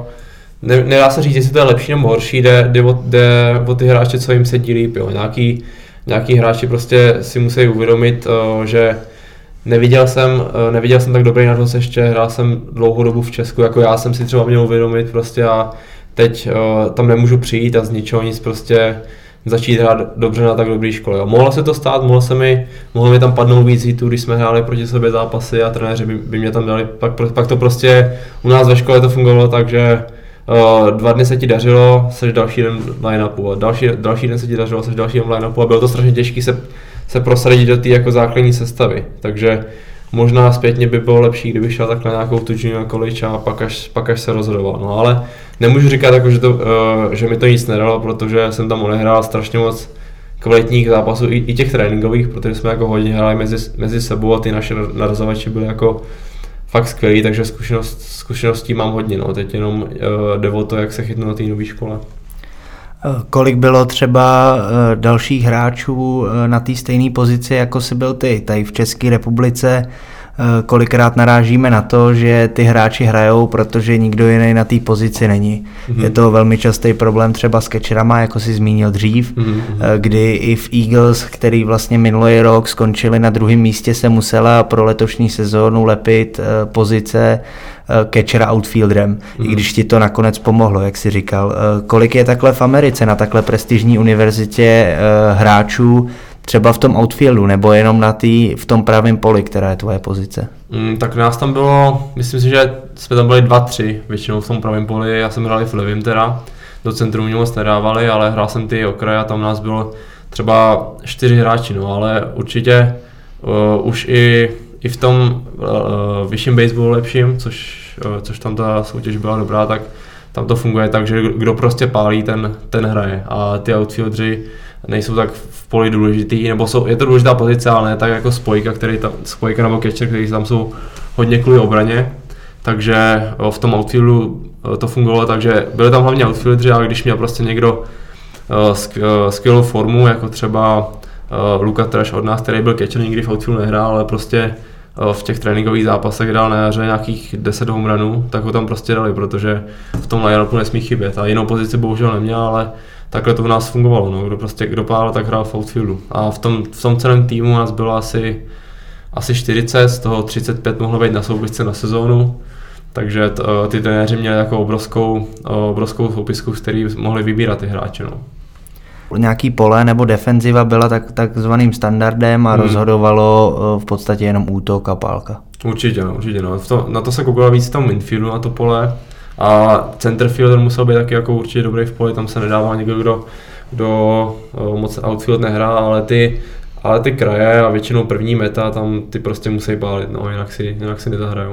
nedá se říct, jestli to je lepší nebo horší, jde o ty hráče, co jim sedí líp. Jo. Nějaký hráči prostě si musí uvědomit, že neviděl jsem tak dobrý nadhoz ještě, hrál jsem dlouhou dobu v Česku, jako já jsem si třeba měl uvědomit prostě a teď tam nemůžu přijít a z ničeho nic prostě začít hrát dobře na tak dobré škole. Mohlo se to stát, mohlo mi tam padnout víc hitů, když jsme hráli proti sobě zápasy a trenéři by mě tam dali, pak to prostě u nás ve škole to fungovalo tak, že 2 dny se ti dařilo, seš další den line-upu a další den se ti dařilo, seš další den line-upu a bylo to strašně těžké se prosadit do té jako základní sestavy, takže možná zpětně by bylo lepší, kdyby šel takhle nějakou tu junior college a pak až se rozhodoval, no ale nemůžu říkat jako, že mi to nic nedalo, protože jsem tam odehrál strašně moc kvalitních zápasů, i těch tréninkových, protože jsme jako hodně hráli mezi sebou a ty naše narazovači byly jako fakt skvělý, takže zkušeností mám hodně, no, teď jenom jde o to, jak se chytnu na té nové škole. Kolik bylo třeba dalších hráčů na té stejné pozici, jako jsi byl ty? Tady v České republice kolikrát narážíme na to, že ty hráči hrajou, protože nikdo jiný na té pozici není. Mm-hmm. Je to velmi častý problém třeba s catcherama, jako jsi zmínil dřív, kdy i v Eagles, který vlastně minulý rok skončili na 2. místě, se musela pro letošní sezónu lepit pozice catchera outfielderem, i když ti to nakonec pomohlo, jak jsi říkal. Kolik je takhle v Americe na takhle prestižní univerzitě hráčů, třeba v tom outfieldu, nebo jenom v tom pravém poli, která je tvoje pozice? Tak nás tam bylo, myslím si, že jsme tam byli 2-3, většinou v tom pravém poli, já jsem hrál i v levém teda, do centru mě moc nedávali, ale hrál jsem ty okraje a tam nás bylo třeba 4 hráči, no, ale určitě už i v tom vyšším baseballu lepším, což tam ta soutěž byla dobrá, tak tam to funguje tak, že kdo prostě pálí, ten hraje a ty outfieldři nejsou tak v poli důležitý, nebo je to důležitá pozice, ale ne tak jako spojka nebo catcher, který tam jsou hodně kvůli obraně, takže v tom outfieldu to fungovalo tak, že byli tam hlavně outfieldři, ale když měl prostě někdo skvělou formu, jako třeba Luka Trash od nás, který byl catcher, nikdy v outfieldu nehrál, ale prostě v těch tréninkových zápasech dal na jaře nějakých 10 home runů, tak ho tam prostě dali, protože v tom line-upu nesmí chybět. A jinou pozici bohužel neměl, ale takhle to u nás fungovalo. No. Kdo pál, tak hrál v outfieldu. A v tom celém týmu nás bylo asi 40, z toho 35 mohlo být na soupisce na sezónu. Takže ty trenéři měli jako obrovskou soupisku, z který mohli vybírat ty hráče. No. Nějaký pole nebo defenziva byla takzvaným standardem a rozhodovalo v podstatě jenom útok a pálka. Určitě. No. Na to se koukalo víc v tom infieldu, na to pole. A centerfielder musel být taky jako určitě dobrý v poli, tam se nedává někdo, kdo moc outfield nehrá, ale ty kraje a většinou první meta, tam ty prostě musí pálit, no, jinak si nezahrajou.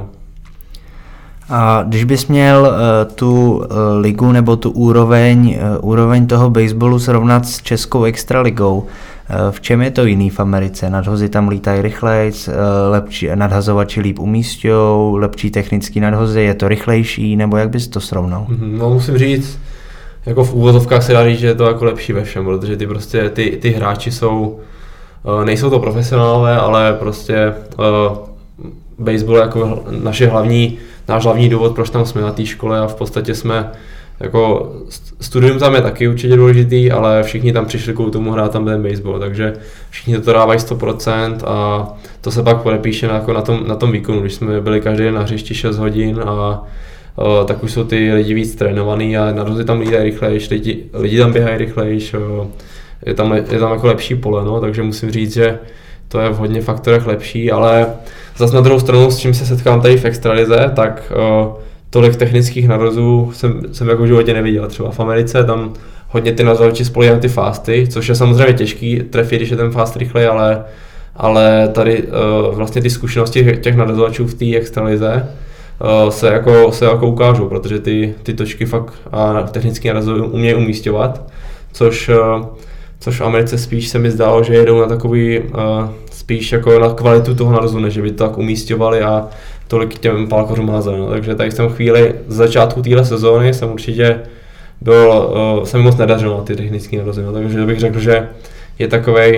A když bys měl tu ligu nebo tu úroveň toho baseballu srovnat s českou extraligou, v čem je to jiný v Americe? Nadhozy tam lítají rychlejc, lepší nadhazovači líp umísťujou, lepší technický nadhozy, je to rychlejší, nebo jak bys to srovnal? No musím říct, jako v úvozovkách se dá říct, že je to jako lepší ve všem, protože ty hráči nejsou to profesionálové, ale prostě baseball je jako náš hlavní důvod, proč tam jsme na té škole a v podstatě jsme jako studium tam je taky určitě důležitý, ale všichni tam přišli kvůli tomu hrát tam ten baseball, takže všichni to dávají 100% a to se pak podepíše jako na tom výkonu, když jsme byli každý den na hřišti 6 hodin a tak už jsou ty lidi víc trénovaný a narozy tam lítají rychlejš, lidi tam běhají rychlejš, je tam jako lepší pole, no, takže musím říct, že to je v hodně faktorech lepší, ale zase na druhou stranu, s čím se setkám tady v extralize, tak tolik technických narazů jsem jako v životě neviděl. Třeba v Americe tam hodně ty narozovači spoléhají na ty fasty, což je samozřejmě těžký trefit, když je ten fast rychlej, ale tady vlastně ty zkušenosti těch narozovačů v té extralize se jako ukážou, protože ty točky fakt a technický naraz umějí umísťovat, což v Americe spíš se mi zdálo, že jedou na takový spíš jako na kvalitu toho narazu, než by to tak umísťovali a tolik těm pálkařům házeli. No. Takže tady v tom chvíli z začátku téhle sezóny jsem určitě se mi moc nedařilo na ty technické narazy, no. Takže bych řekl, že je takový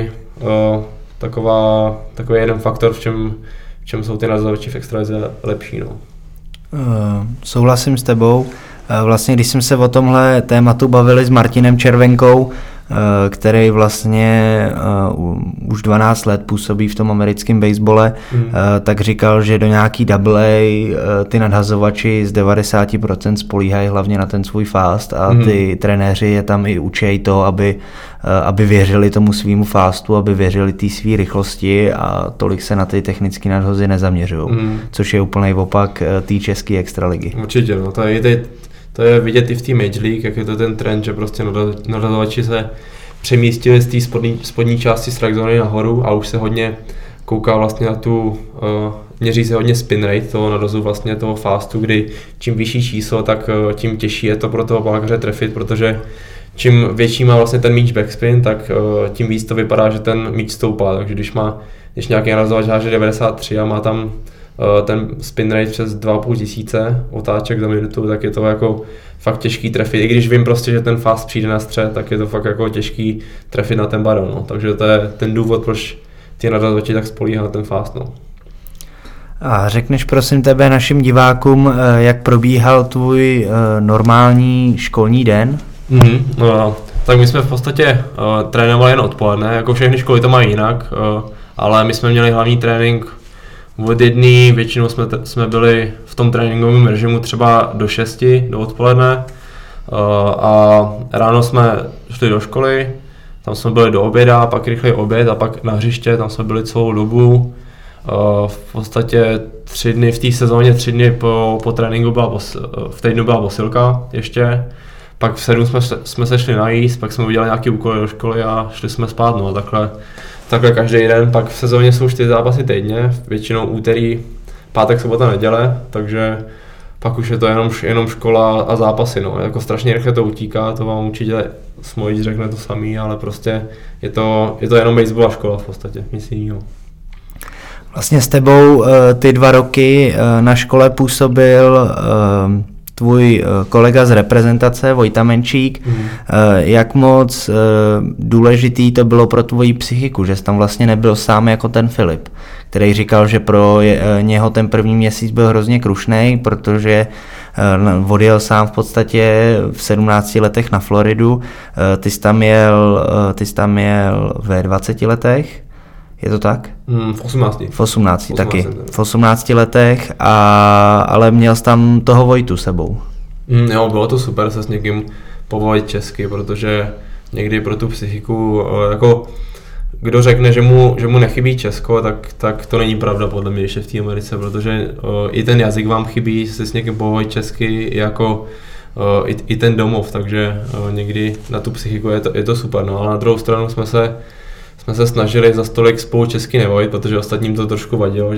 jeden faktor, v čem jsou ty narazovači v extralize lepší. No. Souhlasím s tebou. Vlastně, když jsme se o tomhle tématu bavili s Martinem Červenkou, který vlastně už 12 let působí v tom americkém basebole, tak říkal, že do nějaký AA ty nadhazovači z 90% spolíhají hlavně na ten svůj fast a ty trenéři je tam i učí to, aby věřili tomu svýmu fastu, aby věřili té svý rychlosti a tolik se na ty technické nadhozy nezaměřují, což je úplný opak té české extraligy. Určitě, no, to je vidět i v té Major League, jak je to ten trend, že prostě nadazovači se přemístili z té spodní části strike zóny nahoru a už se hodně kouká vlastně na měří se hodně spin rate toho nadazu vlastně toho fastu, kdy čím vyšší číslo, tak tím těžší je to pro toho pálkaře trefit, protože čím větší má vlastně ten míč backspin, tak tím víc to vypadá, že ten míč stoupá, takže když nějaký nadazovač háže 93 a má tam ten spin rate přes 2500 otáček za minutu, tak je to jako fakt těžký trefit. I když vím prostě, že ten fast přijde na střed, tak je to fakt jako těžký trefit na ten baron. No. Takže to je ten důvod, proč ty nadazovači tak spolíhá na ten fast. No. A řekneš prosím tebe našim divákům, jak probíhal tvůj normální školní den? No, tak my jsme v podstatě trénovali jen odpoledne, jako všechny školy to mají jinak, ale my jsme měli hlavní trénink od 1, většinou jsme byli v tom tréninkovém režimu třeba do 6 do odpoledne a ráno jsme šli do školy, tam jsme byli do oběda, pak rychlej oběd a pak na hřiště, tam jsme byli celou dobu. V podstatě 3 dny v té sezóně, 3 dny po tréninku v týdnu byla posilka ještě. Pak v 7 jsme se šli najíst, pak jsme udělali nějaký úkoly do školy a šli jsme spát, no takhle každý den. Pak v sezóně jsou 4 zápasy týdně, většinou úterý, pátek, sobota, neděle, takže pak už je to jenom škola a zápasy, no. Jako strašně rychle to utíká, to vám určitě Smolič řekne to samý, ale prostě je to jenom baseball a škola v podstatě, nic jiného. Vlastně s tebou ty 2 roky na škole působil tvůj kolega z reprezentace, Vojta Menčík. Jak moc důležitý to bylo pro tvoji psychiku, že jsi tam vlastně nebyl sám jako ten Filip, který říkal, že pro něho ten první měsíc byl hrozně krušnej, protože odjel sám v podstatě v 17 letech na Floridu. Ty jsi tam jel ve 20 letech. Je to tak? V 18. V 18 taky. V 18 letech, ale měl jsi tam toho Vojtu sebou. Jo, bylo to super se s někým povolit česky, protože někdy pro tu psychiku, jako kdo řekne, že mu nechybí Česko, tak to není pravda podle mě, když je v té Americe, protože i ten jazyk vám chybí, se s někým povolit česky, jako i ten domov, takže někdy na tu psychiku je to super, no, ale na druhou stranu jsme se snažili za stolik spolu česky nevojit, protože ostatním to trošku vadilo,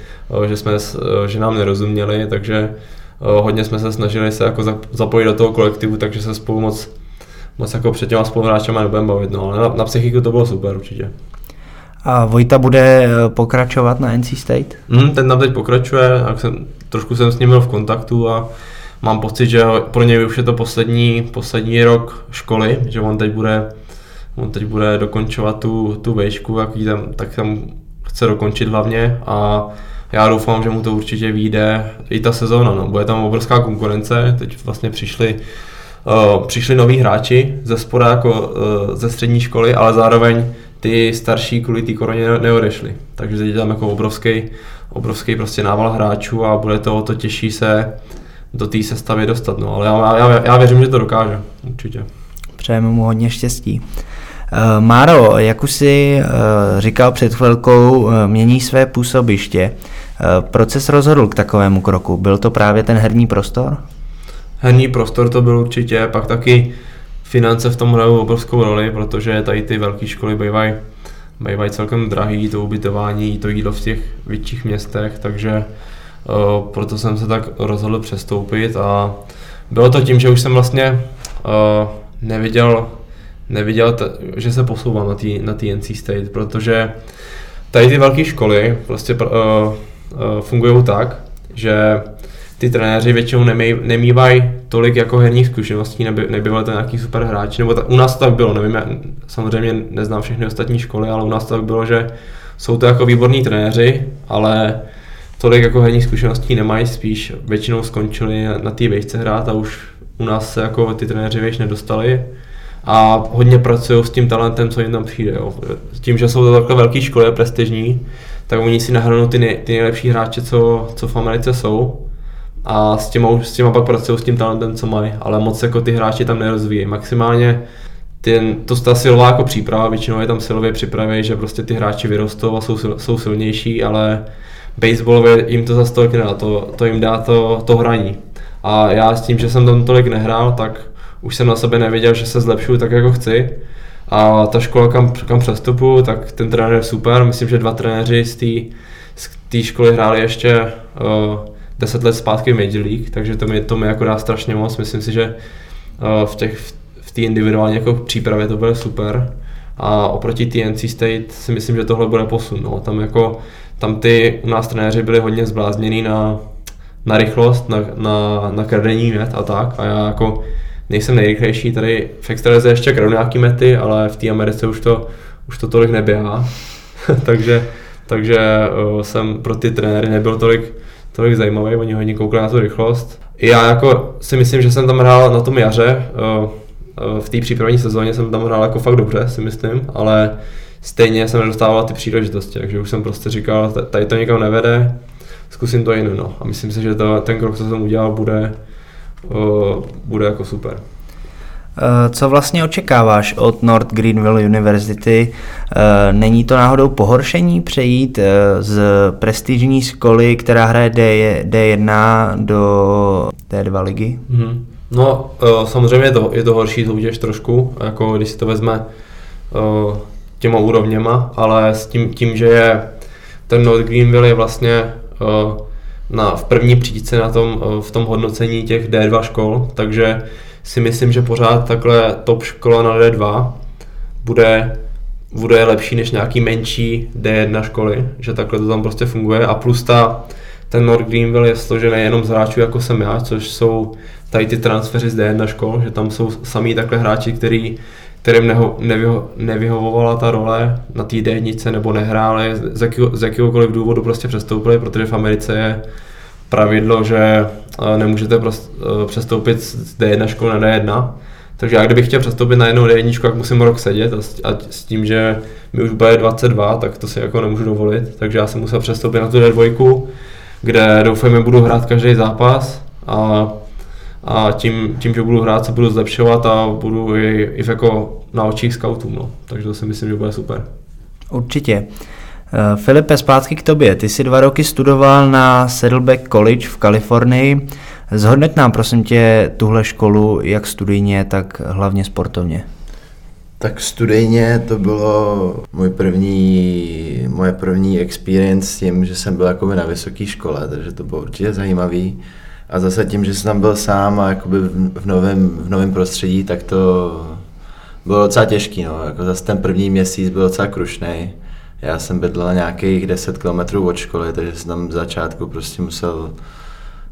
že nám nerozuměli, takže hodně jsme se snažili se jako zapojit do toho kolektivu, takže se spolu moc jako před těma spoluhráčema nebudeme bavit, no, ale na psychiku to bylo super určitě. A Vojta bude pokračovat na NC State? Ten tam teď pokračuje, trošku jsem s ním byl v kontaktu a mám pocit, že pro něj už je to poslední rok školy, že on teď bude dokončovat tu vejšku, tak tam chce dokončit hlavně a já doufám, že mu to určitě vyjde i ta sezóna, no. Bude tam obrovská konkurence, teď vlastně přišli noví hráči ze spoda jako ze střední školy, ale zároveň ty starší kvůli té koroně neodešli. Takže teď je tam jako obrovský prostě nával hráčů a bude to o to těžší se do té sestavy dostat. No. Ale já věřím, že to dokáže, určitě. Přejeme mu hodně štěstí. Máro, jak už jsi říkal před chvilkou, mění své působiště. Proč jsi rozhodl k takovému kroku? Byl to právě ten herní prostor? Herní prostor to byl určitě, pak taky finance v tom hrajou obrovskou roli, protože tady ty velké školy bývají celkem drahý, to ubytování, to jídlo v těch větších městech, takže proto jsem se tak rozhodl přestoupit a bylo to tím, že už jsem vlastně neviděl, že se posouvám na té NC State, protože tady ty velké školy prostě fungují tak, že ty trenéři většinou nemývají tolik jako herních zkušeností, nebylo to nějaký super hráč, nebo u nás to tak bylo, nevím, já samozřejmě neznám všechny ostatní školy, ale u nás to tak bylo, že jsou to jako výborní trenéři, ale tolik jako herních zkušeností nemají, spíš většinou skončili na té vejšce hrát a už u nás se jako ty trenéři vejš nedostali a hodně pracují s tím talentem, co jim tam přijde. Jo. Tím, že jsou to takhle velké školy a prestižní, tak oni si nahrnou ty nejlepší hráče, co v Americe jsou a s těma pak pracují s tím talentem, co mají, ale moc jako ty hráči tam nerozvíjí. Maximálně ta silová jako příprava, většinou je tam silově připraví, že prostě ty hráči vyrostou a jsou silnější, ale baseballově jim to zase tolik nedá, to jim dá to hraní. A já s tím, že jsem tam tolik nehrál, tak už jsem na sebe nevěděl, že se zlepšuju tak, jako chci. A ta škola, kam přestupuju, tak ten trenér je super. Myslím, že 2 trenéři z té školy hráli ještě 10 let zpátky v Major League, takže to mi jako dá strašně moc. Myslím si, že v té individuální jako přípravě to bude super. A oproti té NC State si myslím, že tohle bude posun. No. Tam ty u nás trenéři byli hodně zblázněný na rychlost, na kradení met a tak. A já jako nejsem nejrychlejší, tady v extralize ještě kradu nějaký mety, ale v té Americe už to tolik neběhá. takže jsem pro ty trenéry nebyl tolik zajímavý, oni hodně koukali na tu rychlost. I já jako si myslím, že jsem tam hrál na tom jaře, v té přípravní sezóně jsem tam hrál jako fakt dobře, si myslím, ale stejně jsem nedostával ty příležitosti, takže už jsem prostě říkal, tady to nikam nevede, zkusím to jiné, no. A myslím si, že ten krok, co jsem udělal, bude jako super. Co vlastně očekáváš od North Greenville University? Není to náhodou pohoršení přejít z prestižní školy, která hraje D1 do D2 ligy? No, samozřejmě je to horší soutěž trošku, jako když si to vezme těma úrovněma, ale s tím, že je ten North Greenville je vlastně v první příčce v tom hodnocení těch D2 škol, takže si myslím, že pořád takhle top škola na D2 bude lepší než nějaký menší D1 školy, že takhle to tam prostě funguje a plus ten North Greenville je složený jenom z hráčů jako jsem já, což jsou tady ty transfery z D1 škol, že tam jsou samý takhle hráči, kterým nevyhovovala ta role na té D1 nebo nehráli, z jakéhokoliv důvodu prostě přestoupili, protože v Americe je pravidlo, že nemůžete přestoupit z D1 školy na D1. Takže já kdybych chtěl přestoupit na jednou D1, tak musím rok sedět a s tím, že mi už bude 22, tak to si jako nemůžu dovolit. Takže já jsem musel přestoupit na tu D2, kde doufejme budu hrát každý zápas a tím, že budu hrát, se budu zlepšovat a budu i jako na očích scoutů. No. Takže to si myslím, že bude super. Určitě. Filipe, zpátky k tobě. Ty jsi 2 roky studoval na Saddleback College v Kalifornii. Zhodnoť nám prosím tě tuhle školu jak studijně, tak hlavně sportovně. Tak studijně to bylo moje první experience s tím, že jsem byl jakoby na vysoké škole, takže to bylo určitě zajímavý. A zase tím, že jsem tam byl sám a jakoby v novém prostředí, tak to bylo docela těžký. No. Jako zase ten první měsíc byl docela krušnej. Já jsem bydlel nějakých 10 km od školy, takže jsem tam v začátku prostě musel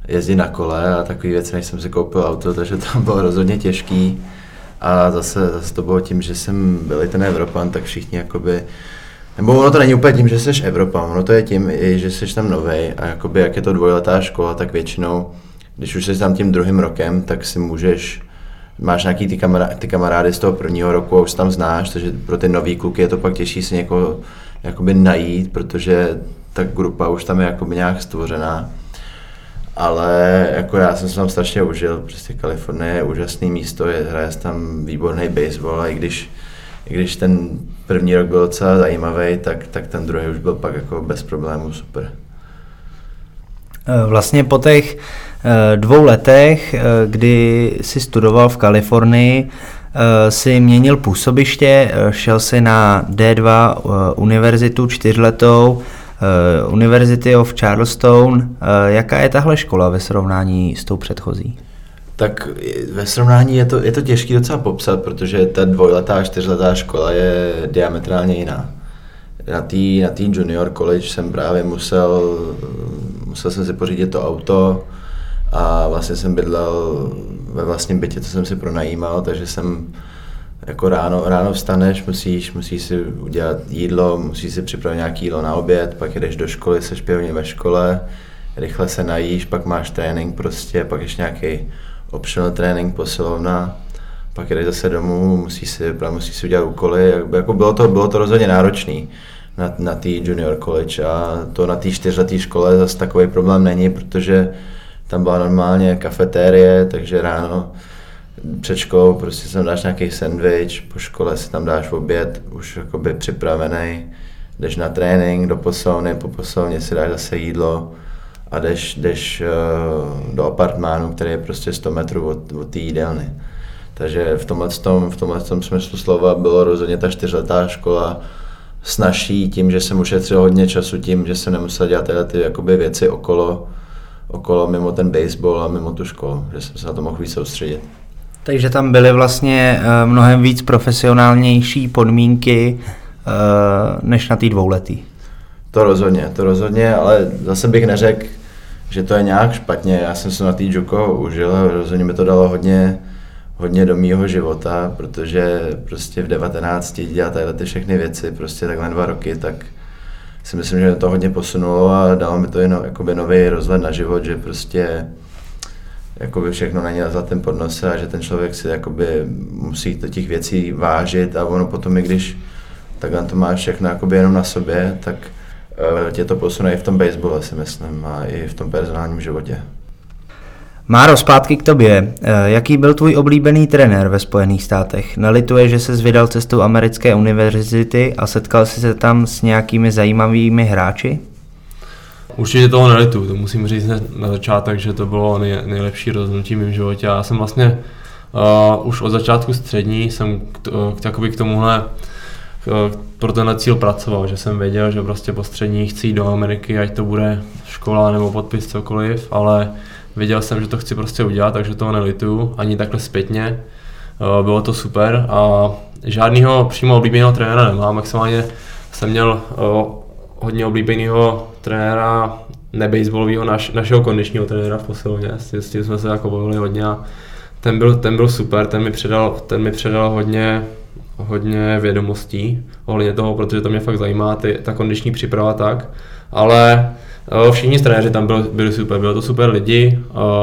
jezdit na kole a takový věci, než jsem si koupil auto, takže to bylo rozhodně těžký. A zase to bylo tím, že jsem byl i ten Evropan, tak všichni jakoby, nebo ono to není úplně tím, že jsi Evropan, ono to je tím, i že jsi tam novej a jakoby jak je to dvojletá škola, tak většinou, když už jsi tam tím druhým rokem, tak si máš nějaký ty kamarády z toho prvního roku a už tam znáš, takže pro ty nový kluky je to pak těžší si někoho jakoby najít, protože ta grupa už tam je jakoby nějak stvořená. Ale jako já jsem se tam strašně užil, prostě Kalifornie je úžasné místo, hraje tam výborný baseball a i když ten první rok byl docela zajímavý, tak ten druhý už byl pak jako bez problémů super. Vlastně po těch 2 letech, kdy jsi studoval v Kalifornii, si měnil působiště, šel si na D2 univerzitu 4letou, University of Charleston. Jaká je tahle škola ve srovnání s tou předchozí? Tak ve srovnání je to těžké docela popsat, protože ta 2letá a 4letá škola je diametrálně jiná. Na té junior college jsem právě musel jsem si pořídit to auto a vlastně jsem bydlel ve vlastním bytě, co jsem si pronajímal, takže jsem jako ráno vstaneš, musíš si udělat jídlo, musíš si připravit nějaké jídlo na oběd, pak jdeš do školy, seš pěkně ve škole, rychle se najíš, pak máš trénink prostě, pak ještě nějaký optional trénink, posilovna, pak jdeš zase domů, musíš si udělat úkoly, jako bylo to rozhodně náročný na té junior college a to na té 4leté škole zase takový problém není, protože tam byla normálně kafetérie, takže ráno před školou prostě si tam dáš nějaký sandwich, po škole si tam dáš oběd, už jakoby připravený, jdeš na trénink do posilovny, po posilovně si dáš zase jídlo a jdeš do apartmánu, který je prostě 100 metrů od té jídelny. Takže v tomhle smyslu slova bylo rozhodně ta 4letá škola snazší tím, že jsem ušetřil hodně času tím, že jsem nemusel dělat ty jakoby věci okolo mimo ten baseball a mimo tu školu, že jsem se na to mohl víc soustředit. Takže tam byly vlastně mnohem víc profesionálnější podmínky než na té 2letý. To rozhodně, ale zase bych neřekl, že to je nějak špatně. Já jsem se na té JUCO užil a rozhodně mi to dalo hodně do mýho života, protože prostě v 19 dělat ty všechny věci, prostě takhle 2 roky, tak si myslím, že to hodně posunulo a dalo mi to jakoby nový rozhled na život, že prostě jakoby všechno není na zlatém podnose a že ten člověk si jakoby musí do těch věcí vážit a ono potom, i když takhle to máš všechno jakoby jenom na sobě, tak tě to posune i v tom baseballu, si myslím, a i v tom personálním životě. Máro, zpátky k tobě. Jaký byl tvůj oblíbený trenér ve Spojených státech? Nelituje, že ses vydal cestou americké univerzity a setkal jsi se tam s nějakými zajímavými hráči? Určitě toho nelituju, to musím říct na začátek, že to bylo nejlepší rozhodnutí v mém životě. Já jsem vlastně už od začátku střední jsem k tomuhle pro tenhle cíl pracoval, že jsem věděl, že prostě po střední chci jít do Ameriky, ať to bude škola nebo podpis cokoliv, ale věděl jsem, že to chci prostě udělat, takže toho nelituju, ani takhle zpětně. Bylo to super a žádného přímo oblíbeného trenéra nemám, maximálně jsem měl hodně oblíbeného trenéra, nebaseballového, našeho kondičního trenéra v posilovně, s tím jsme se jako bavili hodně a ten byl super, ten mi předal hodně vědomostí ohledně toho, protože to mě fakt zajímá, ta kondiční příprava tak, ale všichni trenéři tam byli super, bylo to super lidi,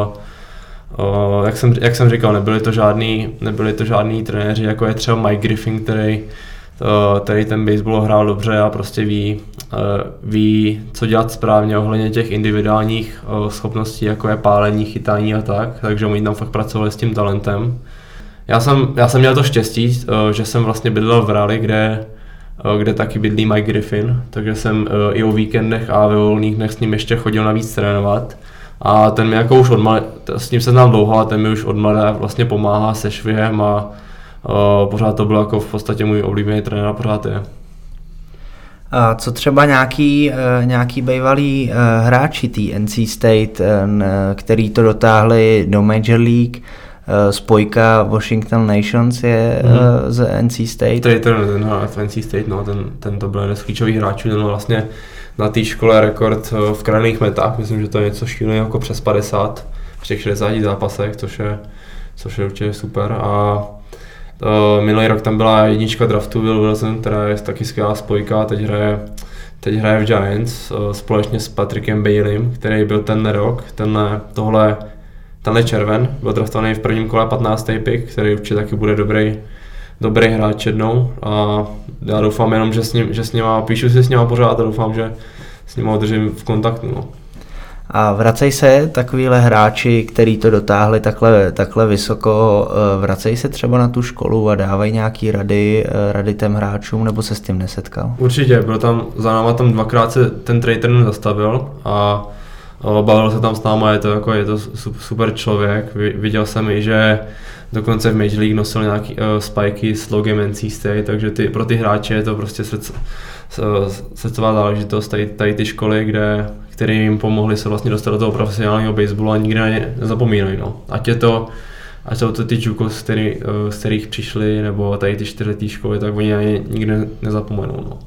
jak jsem říkal, nebyli to žádní trenéři, jako je třeba Mike Griffin, který ten baseball hrál dobře a prostě ví, co dělat správně ohledně těch individuálních schopností, jako je pálení, chytání a tak, takže oni tam fakt pracovali s tím talentem. Já jsem měl to štěstí, že jsem vlastně bydlel v Raleigh, kde taky bydlí Mike Griffin, takže jsem i o víkendech a ve volných dnech s ním ještě chodil navíc trénovat. A ten mi jako už s ním se znám dlouho, ale ten mi už odmladá vlastně pomáhá se švihem a pořád to byl jako v podstatě můj oblíbený trenér a pořád je. A co třeba nějaký bývalí hráči té NC State, který to dotáhli do Major League, spojka Washington Nations je z NC State? Ten v NC State, no, ten to byl jeden z klíčových hráčů, ten vlastně na té škole rekord v kraných metách, myslím, že to je něco šíleného jako přes 50 v těch 60 zápasech, což je určitě super. A minulý rok tam byla jednička draftu Will Wilson, která je taky skvělá spojka, teď hraje v Giants společně s Patrickem Baileym, který byl tenhle rok, tenhle červen, byl draftovaný v prvním kole 15. pick, který určitě taky bude dobrý hráč jednou a já doufám jenom, že s nima, píšu si s nima pořád a doufám, že s nima držím v kontaktu. No. A vracej se takovýhle hráči, který to dotáhli takhle vysoko, vracej se třeba na tu školu a dávají nějaký rady těm hráčům, nebo se s tím nesetkal? Určitě, byl tam za náma dvakrát se ten trainer zastavil a bavil se tam s náma, je to super člověk. Viděl jsem i, že dokonce v Major League nosil nějaký spiky s logem NC State, takže pro ty hráče je to prostě srdcová záležitost, tady ty školy, které jim pomohly se vlastně dostat do toho profesionálního baseballu a nikdy na ně nezapomínají. No. Ať jsou to ty JUCO, z kterých přišli, nebo tady ty 4letý školy, tak oni na ně nikdy nezapomenou. No.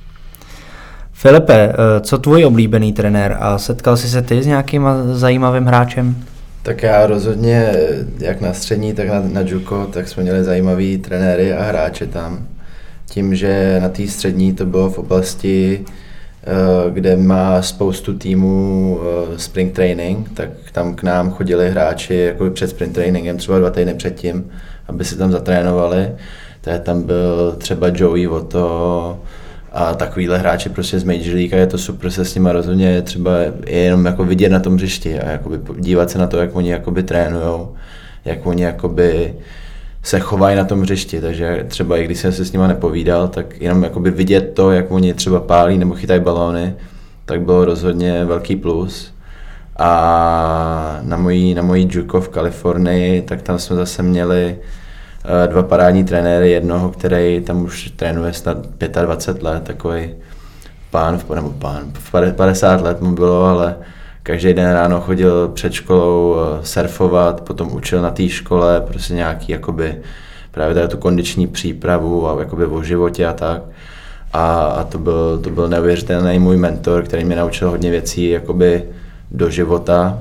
Filipe, co tvůj oblíbený trenér a setkal jsi se ty s nějakým zajímavým hráčem? Tak já rozhodně, jak na střední, tak na JUCO, tak jsme měli zajímavý trenéry a hráče tam. Tím, že na té střední to bylo v oblasti, kde má spoustu týmů spring training, tak tam k nám chodili hráči jako před spring trainingem, třeba 2 týdny předtím, aby si tam zatrénovali. Takže tam byl třeba Joey Votto a takovýhle hráči prostě z Major League a je to super se s nima rozhodně třeba jenom jako vidět na tom hřišti a jakoby dívat se na to, jak oni jakoby trénujou, jak oni jakoby se chovají na tom hřišti, takže třeba i když jsem se s nima nepovídal, tak jenom jakoby vidět to, jak oni třeba pálí nebo chytají balóny, tak bylo rozhodně velký plus. A na mojí JUCO v Kalifornii, tak tam jsme zase měli 2 parádní trenéry, jednoho, který tam už trénuje snad 25 let, takový pán, v 50 let mu bylo, ale každý den ráno chodil před školou surfovat, potom učil na té škole prostě nějaký jakoby právě tady tu kondiční přípravu a jakoby o životě a tak. A to byl neuvěřitelný můj mentor, který mě naučil hodně věcí jakoby do života.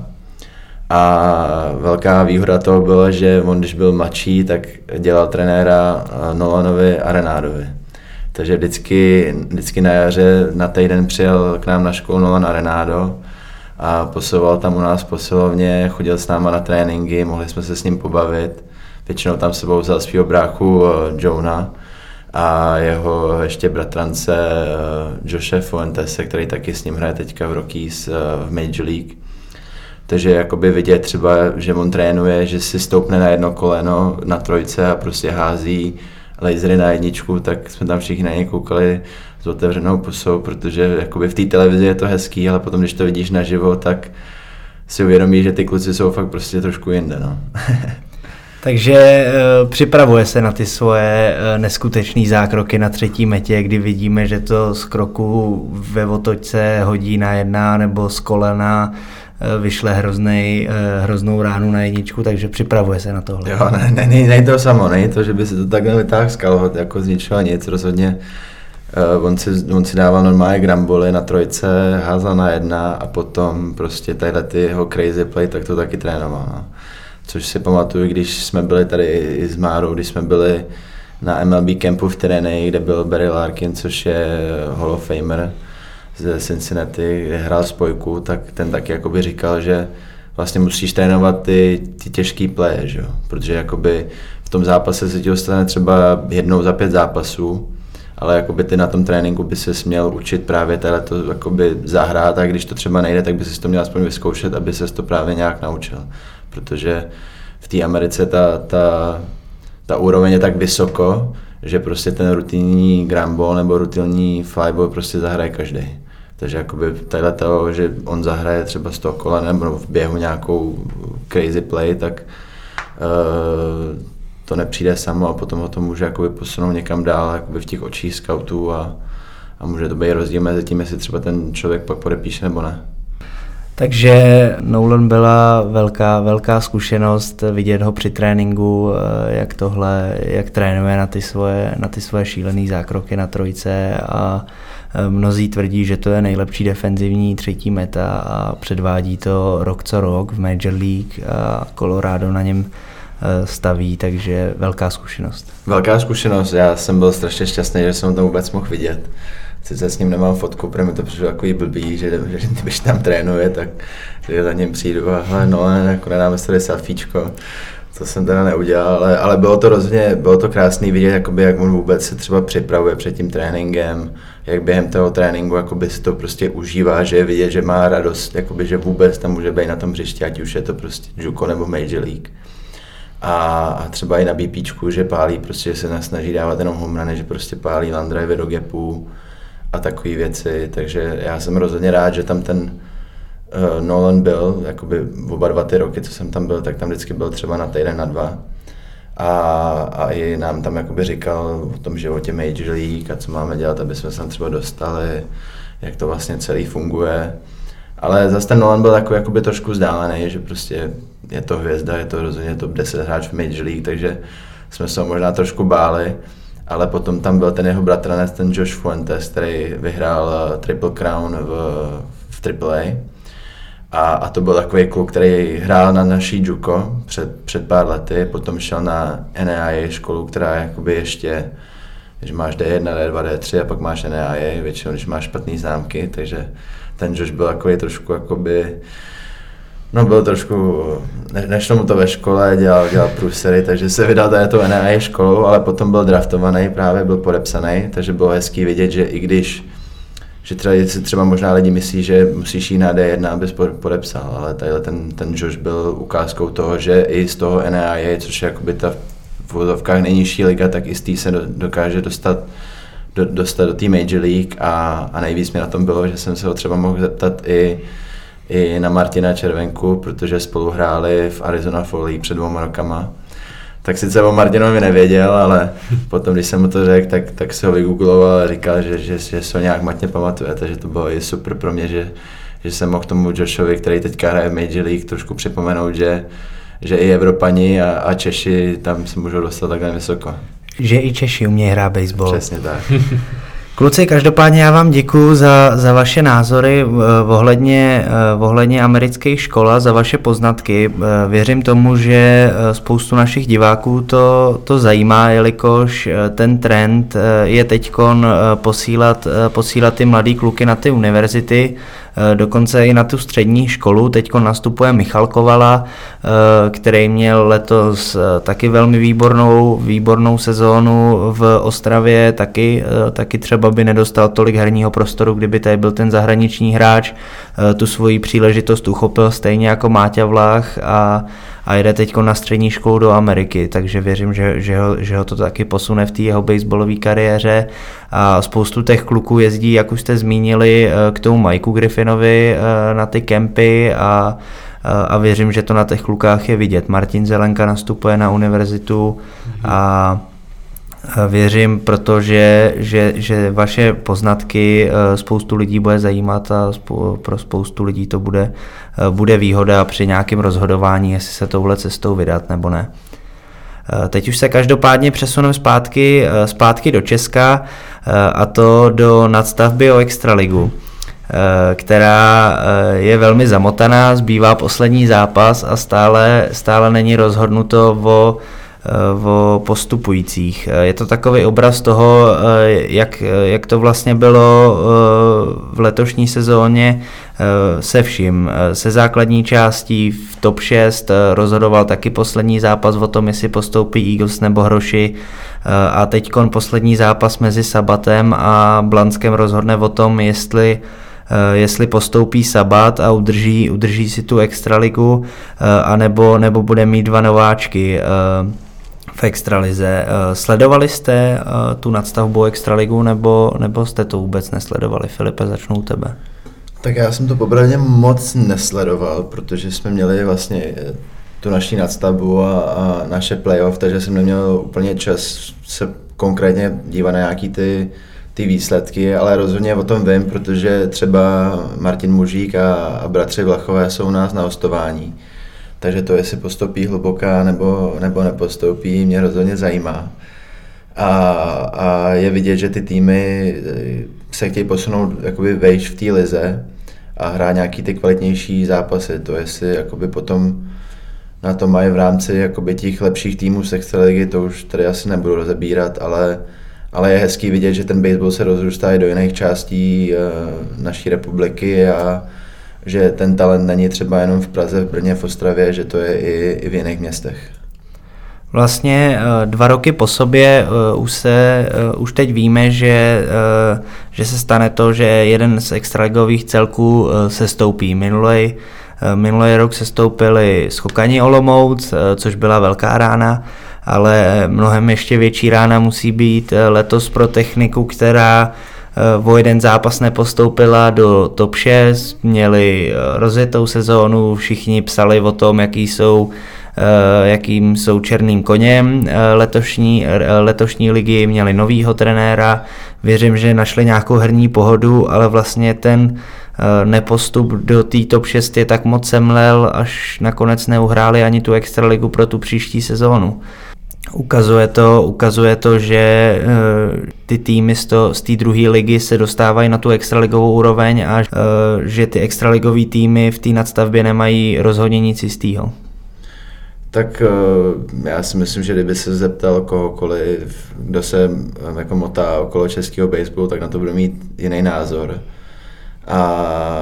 A velká výhoda toho byla, že on, když byl mladší, tak dělal trenéra Nolanovi a Renádovi. Takže vždycky na jaře na týden přijel k nám na školu Nolan a Renádo a posiloval tam u nás v posilovně, chodil s náma na tréninky, mohli jsme se s ním pobavit. Většinou tam sebou vzal svého bráchu Johna a jeho ještě bratrance Joshe Fuentese, který taky s ním hraje teďka v Rockies v Major League. Takže jakoby vidět třeba, že on trénuje, že si stoupne na jedno koleno na trojce a prostě hází lasery na jedničku, tak jsme tam všichni na něj koukali s otevřenou pusou, protože jakoby v té televizi je to hezký, ale potom, když to vidíš naživo, tak si uvědomíš, že ty kluci jsou fakt prostě trošku jinde. No. Takže připravuje se na ty svoje neskutečné zákroky na třetí metě, kdy vidíme, že to z kroku ve otočce hodí na 1 nebo z kolena vyšle hroznou ránu na jedničku, takže připravuje se na tohle. Jo, není to samo, není to, že by se to takhle vytáhl z kalhot, jako z ničeho nic, rozhodně. On si dával normálně gramboly na trojce, házal na 1 a potom prostě tadyhle ty jeho crazy play, tak to taky trénoval. No. Což si pamatuju, když jsme byli tady i s Márou, když jsme byli na MLB campu v Tennessee, kde byl Barry Larkin, což je Hall of Famer ze Cincinnati, kde hrál spojku, tak ten taky jakoby říkal, že vlastně musíš trénovat ty těžký playe, že jo? Protože jakoby v tom zápase se ti dostane třeba jednou za 5 zápasů, ale jakoby ty na tom tréninku by ses měl učit právě to jakoby zahrát a když to třeba nejde, tak by ses to měl aspoň vyzkoušet, aby ses to právě nějak naučil. Protože v té Americe ta úroveň je tak vysoko, že prostě ten rutinní ground ball nebo rutinní flyball prostě zahraje každý. Takže jakoby toho, že on zahraje třeba z toho kola nebo v běhu nějakou crazy play, tak to nepřijde samo a potom ho to může jakoby posunout někam dál jakoby v těch očích scoutů a může to být rozdíl mezi tím, jestli třeba ten člověk pak podepíše nebo ne. Takže Nolan byla velká zkušenost vidět ho při tréninku, jak trénuje na ty svoje šílené zákroky na trojce a Mnozí tvrdí, že to je nejlepší defenzivní třetí meta a předvádí to rok co rok v Major League a Colorado na něm staví, takže velká zkušenost. Velká zkušenost, já jsem byl strašně šťastný, že jsem to vůbec mohl vidět. Sice s ním nemám fotku, protože mi to přišlo takový blbý, že když tam trénuje, tak že za ním přijdu a hele, no, jako nedáme si tady selfiečko. To jsem teda neudělal, ale bylo to krásný vidět, jakoby, jak on vůbec se třeba připravuje před tím tréninkem, jak během toho tréninku jakoby si to prostě užívá, že je vidět, že má radost, jakoby, že vůbec tam může být na tom hřišti, ať už je to prostě JUCO nebo Major League. A třeba i na BPčku, že pálí, prostě že se nesnaží dávat jenom homerany, že prostě pálí land drive do gapů a takové věci, takže já jsem rozhodně rád, že tam ten Nolan byl, jakoby oba 2 ty roky, co jsem tam byl, tak tam vždycky byl třeba na týden, na 2. A i nám tam jakoby říkal o tom životě Major League a co máme dělat, aby jsme se tam třeba dostali, jak to vlastně celý funguje. Ale zase ten Nolan byl takový jakoby trošku vzdálený, že prostě je to hvězda, je to rozhodně top 10 hráč v Major League, takže jsme se ho možná trošku báli. Ale potom tam byl ten jeho bratranec, ten Josh Fuentes, který vyhrál Triple Crown v AAA. A to byl takový kluk, který hrál na naší JUCO před pár lety, potom šel na NAIA školu, která je jakoby ještě, že máš D1, D2, D3 a pak máš NAIA, většinou, když máš špatný známky, takže ten Josh byl takový trošku jakoby, byl trošku, nešlo mu to ve škole, dělal průsery, takže se vydal tady tu NAIA školu, ale potom byl draftovaný, právě byl podepsaný, takže bylo hezký vidět, že i když že třeba možná lidi myslí, že musíš jít na D1, abys podepsal, ale tady ten Josh byl ukázkou toho, že i z toho NAIA, což je jakoby ta v úvodovkách nejnižší liga, tak i z té se dokáže dostat do té Major League a nejvíc mi na tom bylo, že jsem se ho třeba mohl zeptat i na Martina Červenku, protože spolu hráli v Arizona Fall League před 2 rokama. Tak sice o Martinovi nevěděl, ale potom, když jsem mu to řekl, tak se ho vygoogloval a říkal, že se ho nějak matně pamatuje, takže to bylo i super pro mě, že jsem mohl tomu Joshovi, který teďka hraje v Major League, trošku připomenout, že i Evropani a Češi tam se můžou dostat takhle vysoko. Že i Češi umějí hrát baseball. Přesně tak. Kluci, každopádně já vám děkuju za vaše názory ohledně amerických škol a za vaše poznatky. Věřím tomu, že spoustu našich diváků to zajímá, jelikož ten trend je teďkon posílat ty mladý kluky na ty univerzity, dokonce i na tu střední školu. Teďkon nastupuje Michal Kovala, který měl letos taky velmi výbornou sezónu v Ostravě, taky třeba by nedostal tolik herního prostoru, kdyby tady byl ten zahraniční hráč, tu svoji příležitost uchopil stejně jako Máťa Vlach a jede teď na střední školu do Ameriky, takže věřím, že ho to taky posune v té jeho baseballové kariéře a spoustu těch kluků jezdí, jak už jste zmínili, k tomu Mikeu Griffinovi na ty kempy a věřím, že to na těch klukách je vidět. Martin Zelenka nastupuje na univerzitu a věřím, protože že vaše poznatky spoustu lidí bude zajímat a pro spoustu lidí to bude výhoda při nějakém rozhodování, jestli se touhle cestou vydat nebo ne. Teď už se každopádně přesuneme zpátky do Česka, a to do nadstavby o Extraligu, která je velmi zamotaná, zbývá poslední zápas a stále není rozhodnuto o postupujících. Je to takový obraz toho, jak to vlastně bylo v letošní sezóně se vším. Se základní částí v top 6 rozhodoval taky poslední zápas o tom, jestli postoupí Eagles nebo Hroši, a teďkon poslední zápas mezi Sabatem a Blanskem rozhodne o tom, jestli postoupí Sabat a udrží si tu extraligu, anebo bude mít 2 nováčky v extralize. Sledovali jste tu nadstavbu extraligu, nebo jste to vůbec nesledovali? Filipe, začnu u tebe. Tak já jsem to popravdě moc nesledoval, protože jsme měli vlastně tu naší nadstavbu a naše playoff, takže jsem neměl úplně čas se konkrétně dívat na nějaký ty výsledky, ale rozhodně o tom vím, protože třeba Martin Mužík a bratři Vlachové jsou u nás na hostování. Takže to, jestli postoupí Hluboká nebo nepostoupí, mě rozhodně zajímá. A je vidět, že ty týmy se chtějí posunout jakoby vejš v té lize a hrát nějaký ty kvalitnější zápasy. To jestli jakoby potom na to mají v rámci jakoby těch lepších týmů z extraligy, to už tady asi nebudu rozebírat, ale je hezký vidět, že ten baseball se rozrůstá i do jiných částí naší republiky a že ten talent není třeba jenom v Praze, v Brně, v Ostravě, že to je i v jiných městech. Vlastně 2 roky po sobě už teď víme, že se stane to, že jeden z extraligových celků sestoupí. Minulý rok sestoupili Skokani Olomouc, což byla velká rána, ale mnohem ještě větší rána musí být letos pro Techniku, která o jeden zápas nepostoupila do top 6, měli rozjetou sezónu, všichni psali o tom, jakým jsou černým koněm letošní ligy, měli novýho trenéra, věřím, že našli nějakou herní pohodu, ale vlastně ten nepostup do té top 6 je tak moc semlel, až nakonec neuhráli ani tu extraligu pro tu příští sezónu. Ukazuje to, že ty týmy z té druhé ligy se dostávají na tu extraligovou úroveň a že ty extraligové týmy v té nadstavbě nemají rozhodně nic jistýho. Tak já si myslím, že kdyby se zeptal kohokoliv, kdo se jako motá okolo českého baseballu, tak na to bude mít jiný názor. A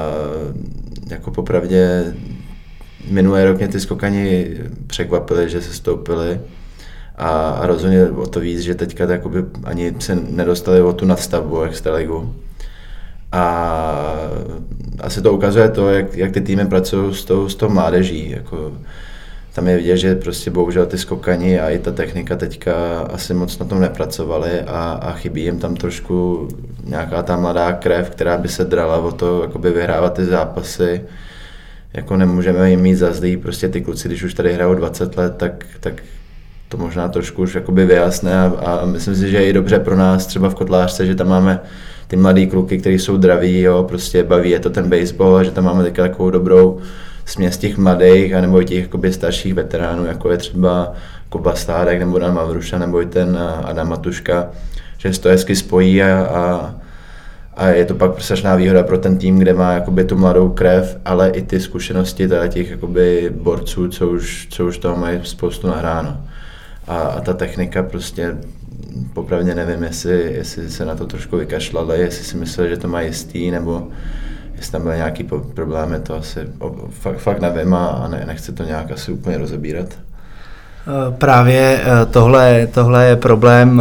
jako popravdě minulý rok mě ty Skokani překvapili, že se stoupili a rozhodně o to víc, že teďka ani se nedostali o tu nadstavbu extraligu. A asi to ukazuje to, jak ty týmy pracují s tou mládeží. Jako, tam je vidět, že prostě bohužel ty Skokani a i ta Technika teďka asi moc na tom nepracovali a chybí jim tam trošku nějaká ta mladá krev, která by se drala o to jakoby vyhrávat ty zápasy. Jako nemůžeme jim mít za zlý, prostě ty kluci, když už tady hrajou 20 let, tak to možná trošku už jakoby vyjasné a myslím si, že je i dobře pro nás třeba v Kotlářce, že tam máme ty mladý kluky, kteří jsou draví, jo, prostě baví je to ten baseball a že tam máme teďka takovou dobrou směs těch mladých a nebo i těch jakoby starších veteránů, jako je třeba Kuba Stárek nebo Dan Mavruša nebo i ten Adam Matuška, že se to hezky spojí a je to pak strašná výhoda pro ten tým, kde má jakoby tu mladou krev, ale i ty zkušenosti těch jakoby borců, co už toho mají spoustu nahráno. A ta Technika prostě popravdě nevím, jestli se na to trošku vykašlali, jestli si mysleli, že to má jistý, nebo jestli tam byly nějaký problémy, to asi fakt nevím a nechci to nějak asi úplně rozebírat. Právě tohle je problém,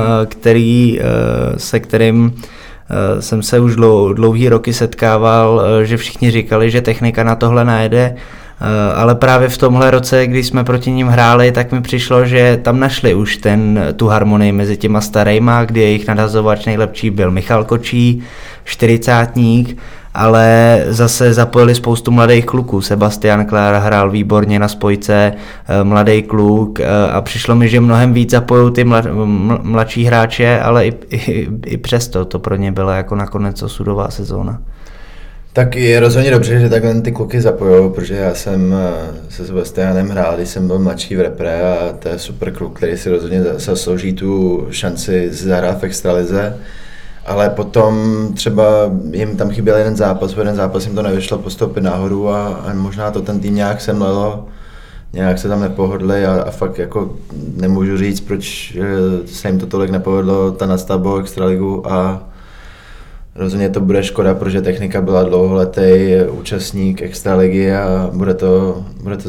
se kterým jsem se už dlouhý roky setkával, že všichni říkali, že Technika na tohle najede, ale právě v tomhle roce, když jsme proti ním hráli, tak mi přišlo, že tam našli už tu harmonii mezi těma starejma, kdy jejich nadhazovač nejlepší byl Michal Kočí, 40-tník, ale zase zapojili spoustu mladých kluků. Sebastian Klára hrál výborně na spojce, mladý kluk a přišlo mi, že mnohem víc zapojují ty mladší hráče, ale i přesto to pro ně byla jako nakonec osudová sezóna. Tak je rozhodně dobře, že takhle ty kluky zapojou, protože já jsem se Sebastianem hrál, když jsem byl mladší v repre a to je super kluk, který si rozhodně zaslouží tu šanci zahrát v extralize. Ale potom třeba jim tam chyběl jeden zápas jim to nevyšlo postoupit nahoru a možná to ten tým nějak semlelo, nějak se tam nepohodli a fakt jako nemůžu říct, proč se jim to tolik nepovedlo, ta nadstavba extraligu a rozhodně to bude škoda, protože Technika byla dlouholetý účastník extraligy a bude to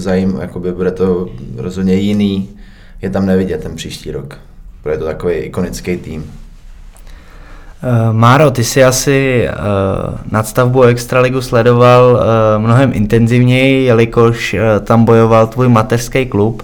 rozhodně jiný, je tam nevidět ten příští rok, bude to takový ikonický tým. Máro, ty jsi asi nadstavbu extraligu sledoval mnohem intenzivněji, jelikož tam bojoval tvůj mateřský klub.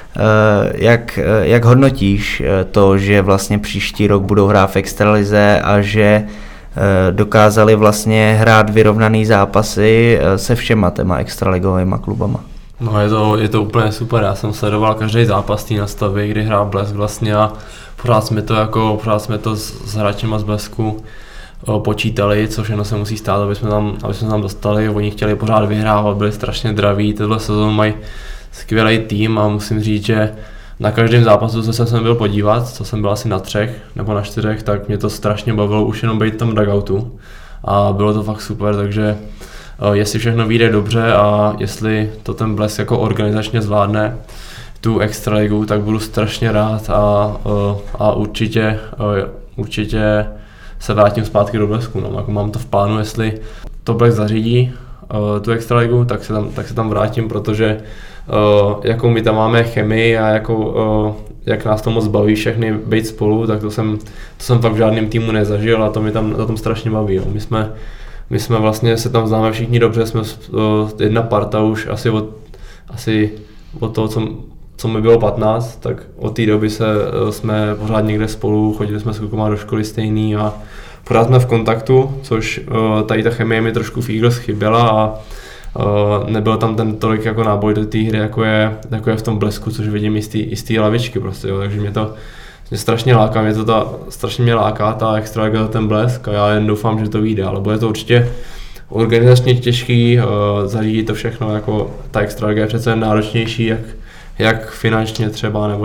Jak hodnotíš to, že vlastně příští rok budou hrát v extralize a že dokázali vlastně hrát vyrovnaný zápasy se všema těma extraligovými klubama? No je to úplně super, já jsem sledoval každý zápas té nastavby, kdy hrál Blesk vlastně a pořád jsme to s hráčema z Blesku počítali, co všechno se musí stát, aby jsme tam dostali, oni chtěli pořád vyhrávat, byli strašně draví, tenhle sezónu mají skvělý tým a musím říct, že na každém zápasu, co jsem byl podívat, co jsem byl asi na 3 nebo na 4, tak mě to strašně bavilo už jenom být tam v dugoutu. a bylo to fakt super, takže jestli všechno vyjde dobře a jestli to ten Blesk jako organizačně zvládne tu extraligu, tak budu strašně rád a určitě se vrátím zpátky do Blesku. No. Jako mám to v plánu, jestli to Blesk zařídí tu extraligu, tak se tam vrátím, protože jakou my tam máme chemii a jak nás to moc baví všechny být spolu, tak to jsem fakt v žádném týmu nezažil a to mi tam na tom strašně baví. Jo. My jsme vlastně se tam známe všichni dobře, jsme jedna parta už asi od toho, co mi bylo 15, tak od té doby jsme pořád někde spolu, chodili jsme s klukama do školy stejný a pořád jsme v kontaktu, což tady ta chemie mi trošku v Eagles chyběla a nebyl tam ten tolik jako náboj do té hry, jako je v tom Blesku, což vidím i z té lavičky prostě, jo. Takže mě strašně láká, strašně mě láká ta extraliga, ten Blesk a já jen doufám, že to vyjde, ale bude to určitě organizačně těžký, zařídit to všechno, jako ta extraliga je přece náročnější, jak finančně třeba, nebo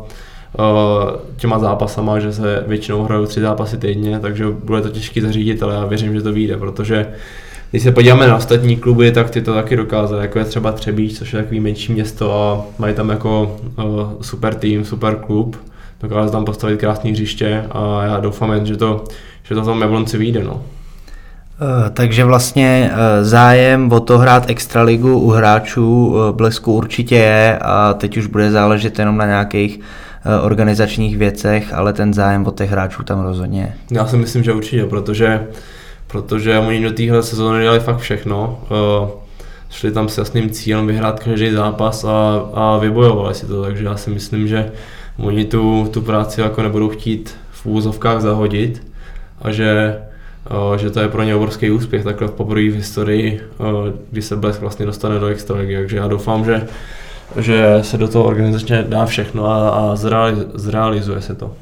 těma zápasama, že se většinou hrajou 3 zápasy týdně, takže bude to těžký zařídit, ale já věřím, že to vyjde, protože když se podíváme na ostatní kluby, tak ty to taky dokázaly, jako je třeba Třebíč, což je takový menší město a mají tam jako super tým, super klub, dokáže tam postavit krásné hřiště a já doufám jen, že to tam Jablonci vyjde. No. Takže vlastně zájem o to hrát extraligu u hráčů Blesku určitě je a teď už bude záležet jenom na nějakých organizačních věcech, ale ten zájem od těch hráčů tam rozhodně je. Já si myslím, že určitě, protože oni do téhle sezóny dělali fakt všechno. Šli tam s jasným cílem vyhrát každý zápas a vybojovali si to, takže já si myslím, že oni tu práci jako nebudou chtít v úvozovkách zahodit a že to je pro ně obrovský úspěch takhle poprvé v historii, kdy se Blesk vlastně dostane do extraligy, takže já doufám, že se do toho organizačně dá všechno a zrealizuje se to.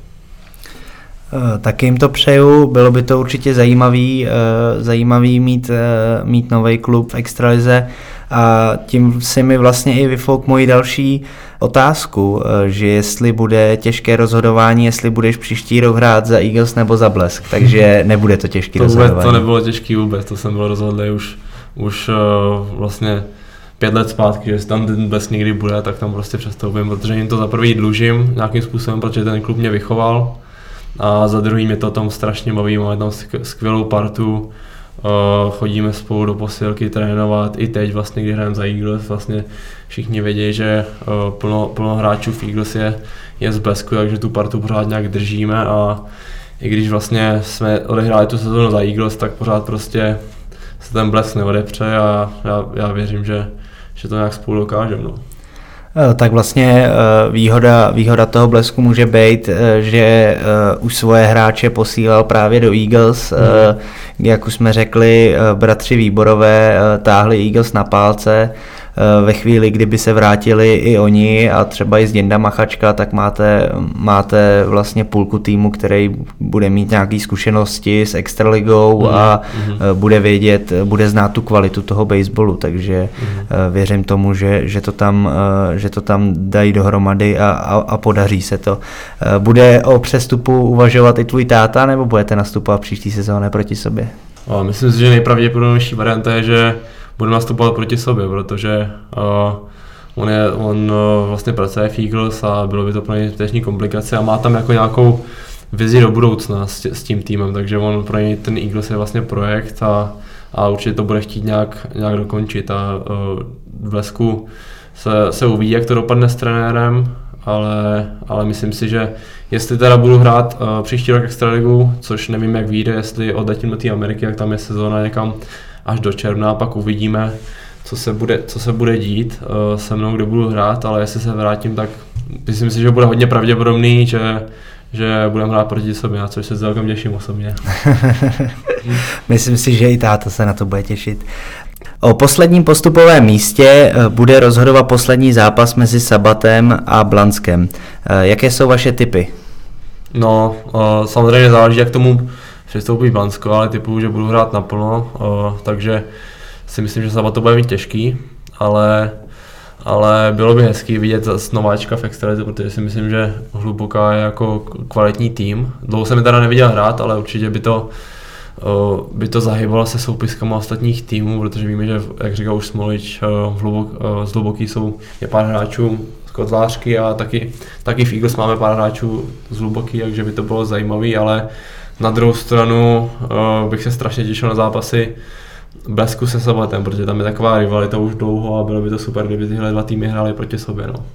Taky jim to přeju, bylo by to určitě zajímavý mít nový klub v extralize a tím si mi vlastně i vyfouk moji další otázku, že jestli bude těžké rozhodování, jestli budeš příští rok hrát za Eagles nebo za Blesk, takže nebude to těžké rozhodování. To nebylo těžký vůbec, to jsem byl rozhodlý už vlastně 5 let zpátky, že tam ten Blesk někdy bude, tak tam prostě přestoupím, protože jim to za prvý dlužím nějakým způsobem, protože ten klub mě vychoval a za druhý mě to tam strašně baví, máme tam skvělou partu, chodíme spolu do posilky trénovat, i teď vlastně, když hrajeme za Eagles, vlastně všichni vědí, že plno hráčů v Eagles je z Blesku, takže tu partu pořád nějak držíme a i když vlastně jsme odehráli tu sezónu za Eagles, tak pořád prostě se ten Blesk neodepře a já věřím, že to nějak spolu dokážeme. No. Tak vlastně výhoda toho Blesku může být, že už svoje hráče posílal právě do Eagles. Jak už jsme řekli, bratři Výborové táhli Eagles na pálce. Ve chvíli, kdyby se vrátili i oni a třeba i z Děnda Machačka, tak máte vlastně půlku týmu, který bude mít nějaké zkušenosti s extraligou a bude znát tu kvalitu toho baseballu, takže věřím tomu, že to tam dají dohromady a podaří se to. Bude o přestupu uvažovat i tvůj táta, nebo budete nastupovat příští sezóně proti sobě? Myslím si, že nejpravděpodobnější varianta je, že budu nastupovat proti sobě, protože on vlastně pracuje v Eagles a bylo by to pro něj zbytečný komplikace a má tam jako nějakou vizi do budoucna s tím týmem, takže on pro něj ten Eagles je vlastně projekt a určitě to bude chtít nějak dokončit a v Blesku se uvidí, jak to dopadne s trenérem, ale myslím si, že jestli teda budu hrát příští rok extraligu, což nevím, jak vyjde, jestli odletím do té Ameriky, jak tam je sezóna někam až do června, pak uvidíme, co se bude dít se mnou, kde budu hrát, ale jestli se vrátím, tak myslím si, že bude hodně pravděpodobný, že budeme hrát proti sobě, na což se celkem těším osobně. Myslím si, že i táta se na to bude těšit. O posledním postupovém místě bude rozhodovat poslední zápas mezi Sabatem a Blanskem. Jaké jsou vaše tipy? No, samozřejmě záleží, jak tomu přistoupí Blansko, ale typuju, že budu hrát naplno, takže si myslím, že Sabat to bude mít těžký, ale bylo by hezký vidět nováčka v extralize, protože si myslím, že Hluboká je jako kvalitní tým. Dlouho jsem je teda neviděl hrát, ale určitě by to by to zahybalo se soupiskama ostatních týmů, protože víme, že, jak říkal už Smolič, z Hluboký je pár hráčů z Kotlářky a taky v Eagles máme pár hráčů z Hluboký, takže by to bylo zajímavý, ale na druhou stranu bych se strašně těšil na zápasy Blesku se Sabatem, protože tam je taková rivalita už dlouho a bylo by to super, kdyby tyhle dva týmy hrály proti sobě. No.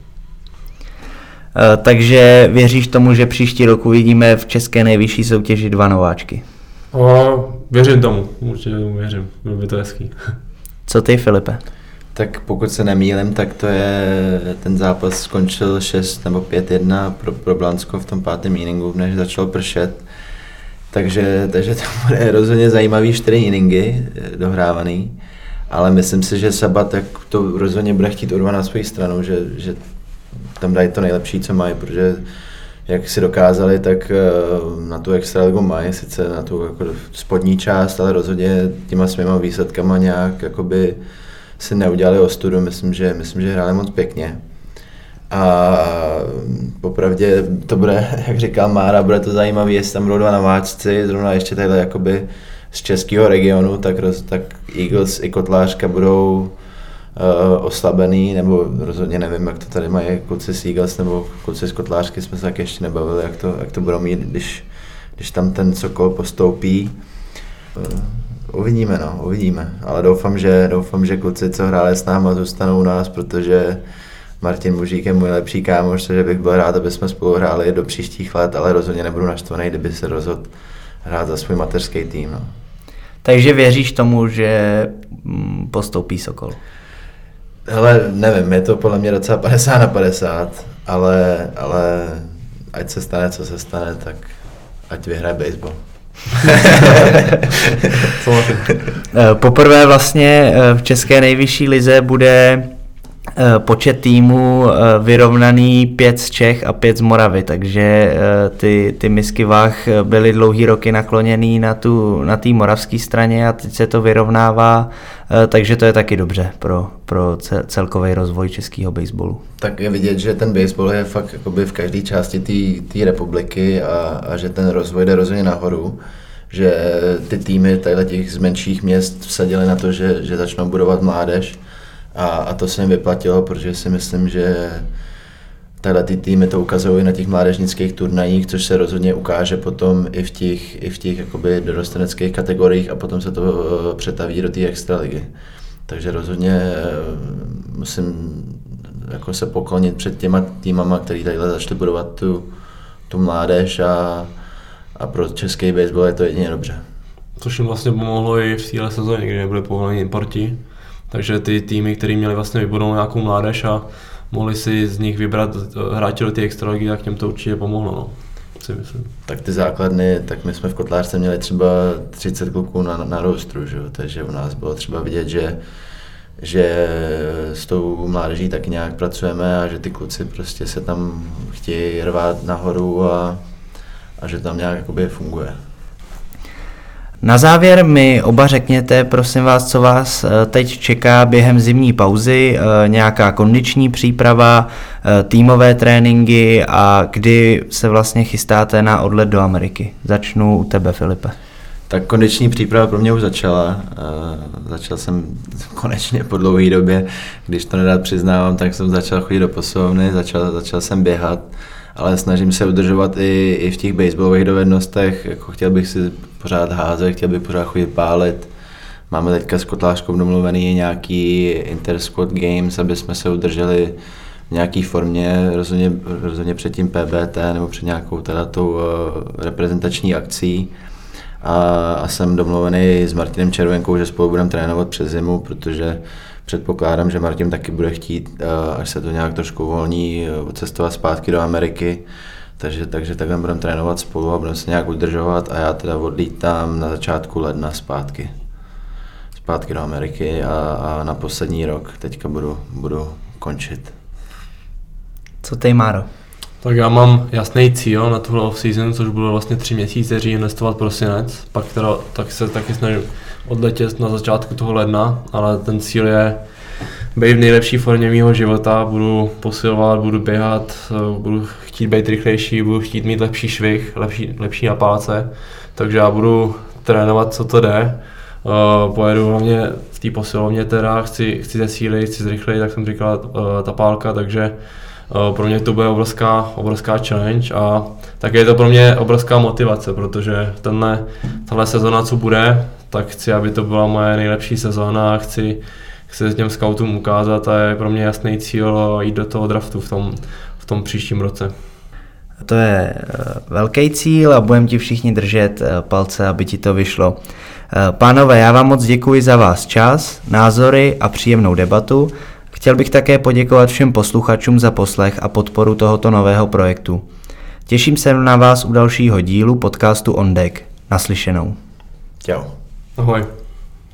Takže věříš tomu, že příští rok uvidíme v české nejvyšší soutěži 2 nováčky? Věřím tomu, určitě tomu věřím, bylo by to hezký. Co ty, Filipe? Tak pokud se nemýlím, tak to je, ten zápas skončil 6 nebo 5-1 pro Blansko v tom 5. inningu, než začal pršet. Takže to bude rozhodně zajímavý 4 inningy dohrávaný, ale myslím si, že Sabat tak to rozhodně bude chtít urvat na svou stranu, že tam dají to nejlepší, co mají, protože jak si dokázali, tak na tu extraligu mají, sice na tu jako spodní část, ale rozhodně těma svýma výsledkama nějak jakoby si neudělali ostudu, myslím, že hráli moc pěkně. A popravdě to bude, jak říkal Mára, bude to zajímavé, jestli tam budou 2 nováčci, zrovna ještě takhle jakoby z českého regionu, tak Eagles i Kotlářka budou oslabený, nebo rozhodně nevím, jak to tady mají kluci z Eagles nebo kluci z Kotlářky, jsme se tak ještě nebavili, jak to budou mít, když tam ten Sokol postoupí. Uvidíme, ale doufám, že kluci, co hráli s náma, zůstanou u nás, protože Martin Mužík je můj lepší kámoš, takže bych byl rád, aby jsme spolu hráli do příštích let, ale rozhodně nebudu naštvaný, kdyby se rozhodl hrát za svůj mateřský tým. No. Takže věříš tomu, že postoupí Sokol? Hele, nevím, je to podle mě docela 50/50, ale ať se stane, co se stane, tak ať vyhraje baseball. Poprvé vlastně v české nejvyšší lize bude počet týmů vyrovnaný 5 z Čech a 5 z Moravy, takže ty misky vah byly dlouhý roky nakloněný na té moravské straně a teď se to vyrovnává, takže to je taky dobře pro celkový rozvoj českého baseballu. Tak je vidět, že ten baseball je fakt jakoby v každé části té republiky a že ten rozvoj jde rozhodně nahoru, že ty týmy těch z menších měst vsadily na to, že začnou budovat mládež. A to se jim vyplatilo, protože si myslím, že ty týmy to ukazují na těch mládežnických turnajích, což se rozhodně ukáže potom i v těch jakoby dorosteneckých kategoriích a potom se to přetaví do té extraligy. Takže rozhodně musím jako se poklonit před těma týmama, který tady začali budovat tu mládež a pro český baseball je to jedině dobře. Což jim vlastně pomohlo i v téhle sezóně, kdy nebyly povolení importi. Takže ty týmy, které měly vlastně vybudovat nějakou mládež a mohli si z nich vybrat hráče do té extraligy, tak těm to určitě pomohlo, no, si myslím. Tak ty základny, tak my jsme v Kotlářce měli třeba 30 kluků na roostru, že? Takže u nás bylo třeba vidět, že s tou mládeží tak nějak pracujeme a že ty kluci prostě se tam chtějí rvát nahoru a že tam nějak jakoby funguje. Na závěr mi oba řekněte, prosím vás, co vás teď čeká během zimní pauzy, nějaká kondiční příprava, týmové tréninky a kdy se vlastně chystáte na odlet do Ameriky. Začnu u tebe, Filipe. Tak kondiční příprava pro mě už začala. Začal jsem konečně po dlouhé době, když to nedád přiznávám, tak jsem začal chodit do posilovny, začal jsem běhat, ale snažím se udržovat i v těch baseballových dovednostech, jako chtěl bych si pořád házet, chtěl bych pořád chodit pálit. Máme teďka s Kotlářkou domluvený nějaký inter-squad games, aby jsme se udrželi v nějaké formě, rozhodně před tím PBT nebo před nějakou tou reprezentační akcí. A jsem domluvený s Martinem Červenkou, že spolu budeme trénovat přes zimu, protože předpokládám, že Martin taky bude chtít, až se to nějak trošku uvolní, odcestovat zpátky do Ameriky. Takže takhle budeme trénovat spolu a budeme se nějak udržovat a já teda odlítám na začátku ledna zpátky do Ameriky a na poslední rok teďka budu končit. Co ty, Máro? Tak já mám jasný cíl na tuhle off-season, což bylo vlastně 3 měsíce, že investovat prosinec, pak tak se taky snažím odletět na začátku toho ledna, ale ten cíl je být v nejlepší formě mýho života, budu posilovat, budu běhat, budu chtít být rychlejší, budu chtít mít lepší švih, lepší na pálce, takže já budu trénovat, co to jde. Pojedu hlavně v té posilovně teda, chci zesílit, chci zrychlit, tak jsem říkal, ta pálka, takže pro mě to bude obrovská challenge a také je to pro mě obrovská motivace, protože tahle sezona, co bude, tak chci, aby to byla moje nejlepší sezóna a chci se těm scoutům ukázat a je pro mě jasný cíl jít do toho draftu v tom příštím roce. To je velký cíl a budeme ti všichni držet palce, aby ti to vyšlo. Pánové, já vám moc děkuji za vás čas, názory a příjemnou debatu. Chtěl bych také poděkovat všem posluchačům za poslech a podporu tohoto nového projektu. Těším se na vás u dalšího dílu podcastu On Deck. Naslyšenou. Čau. Ahoj.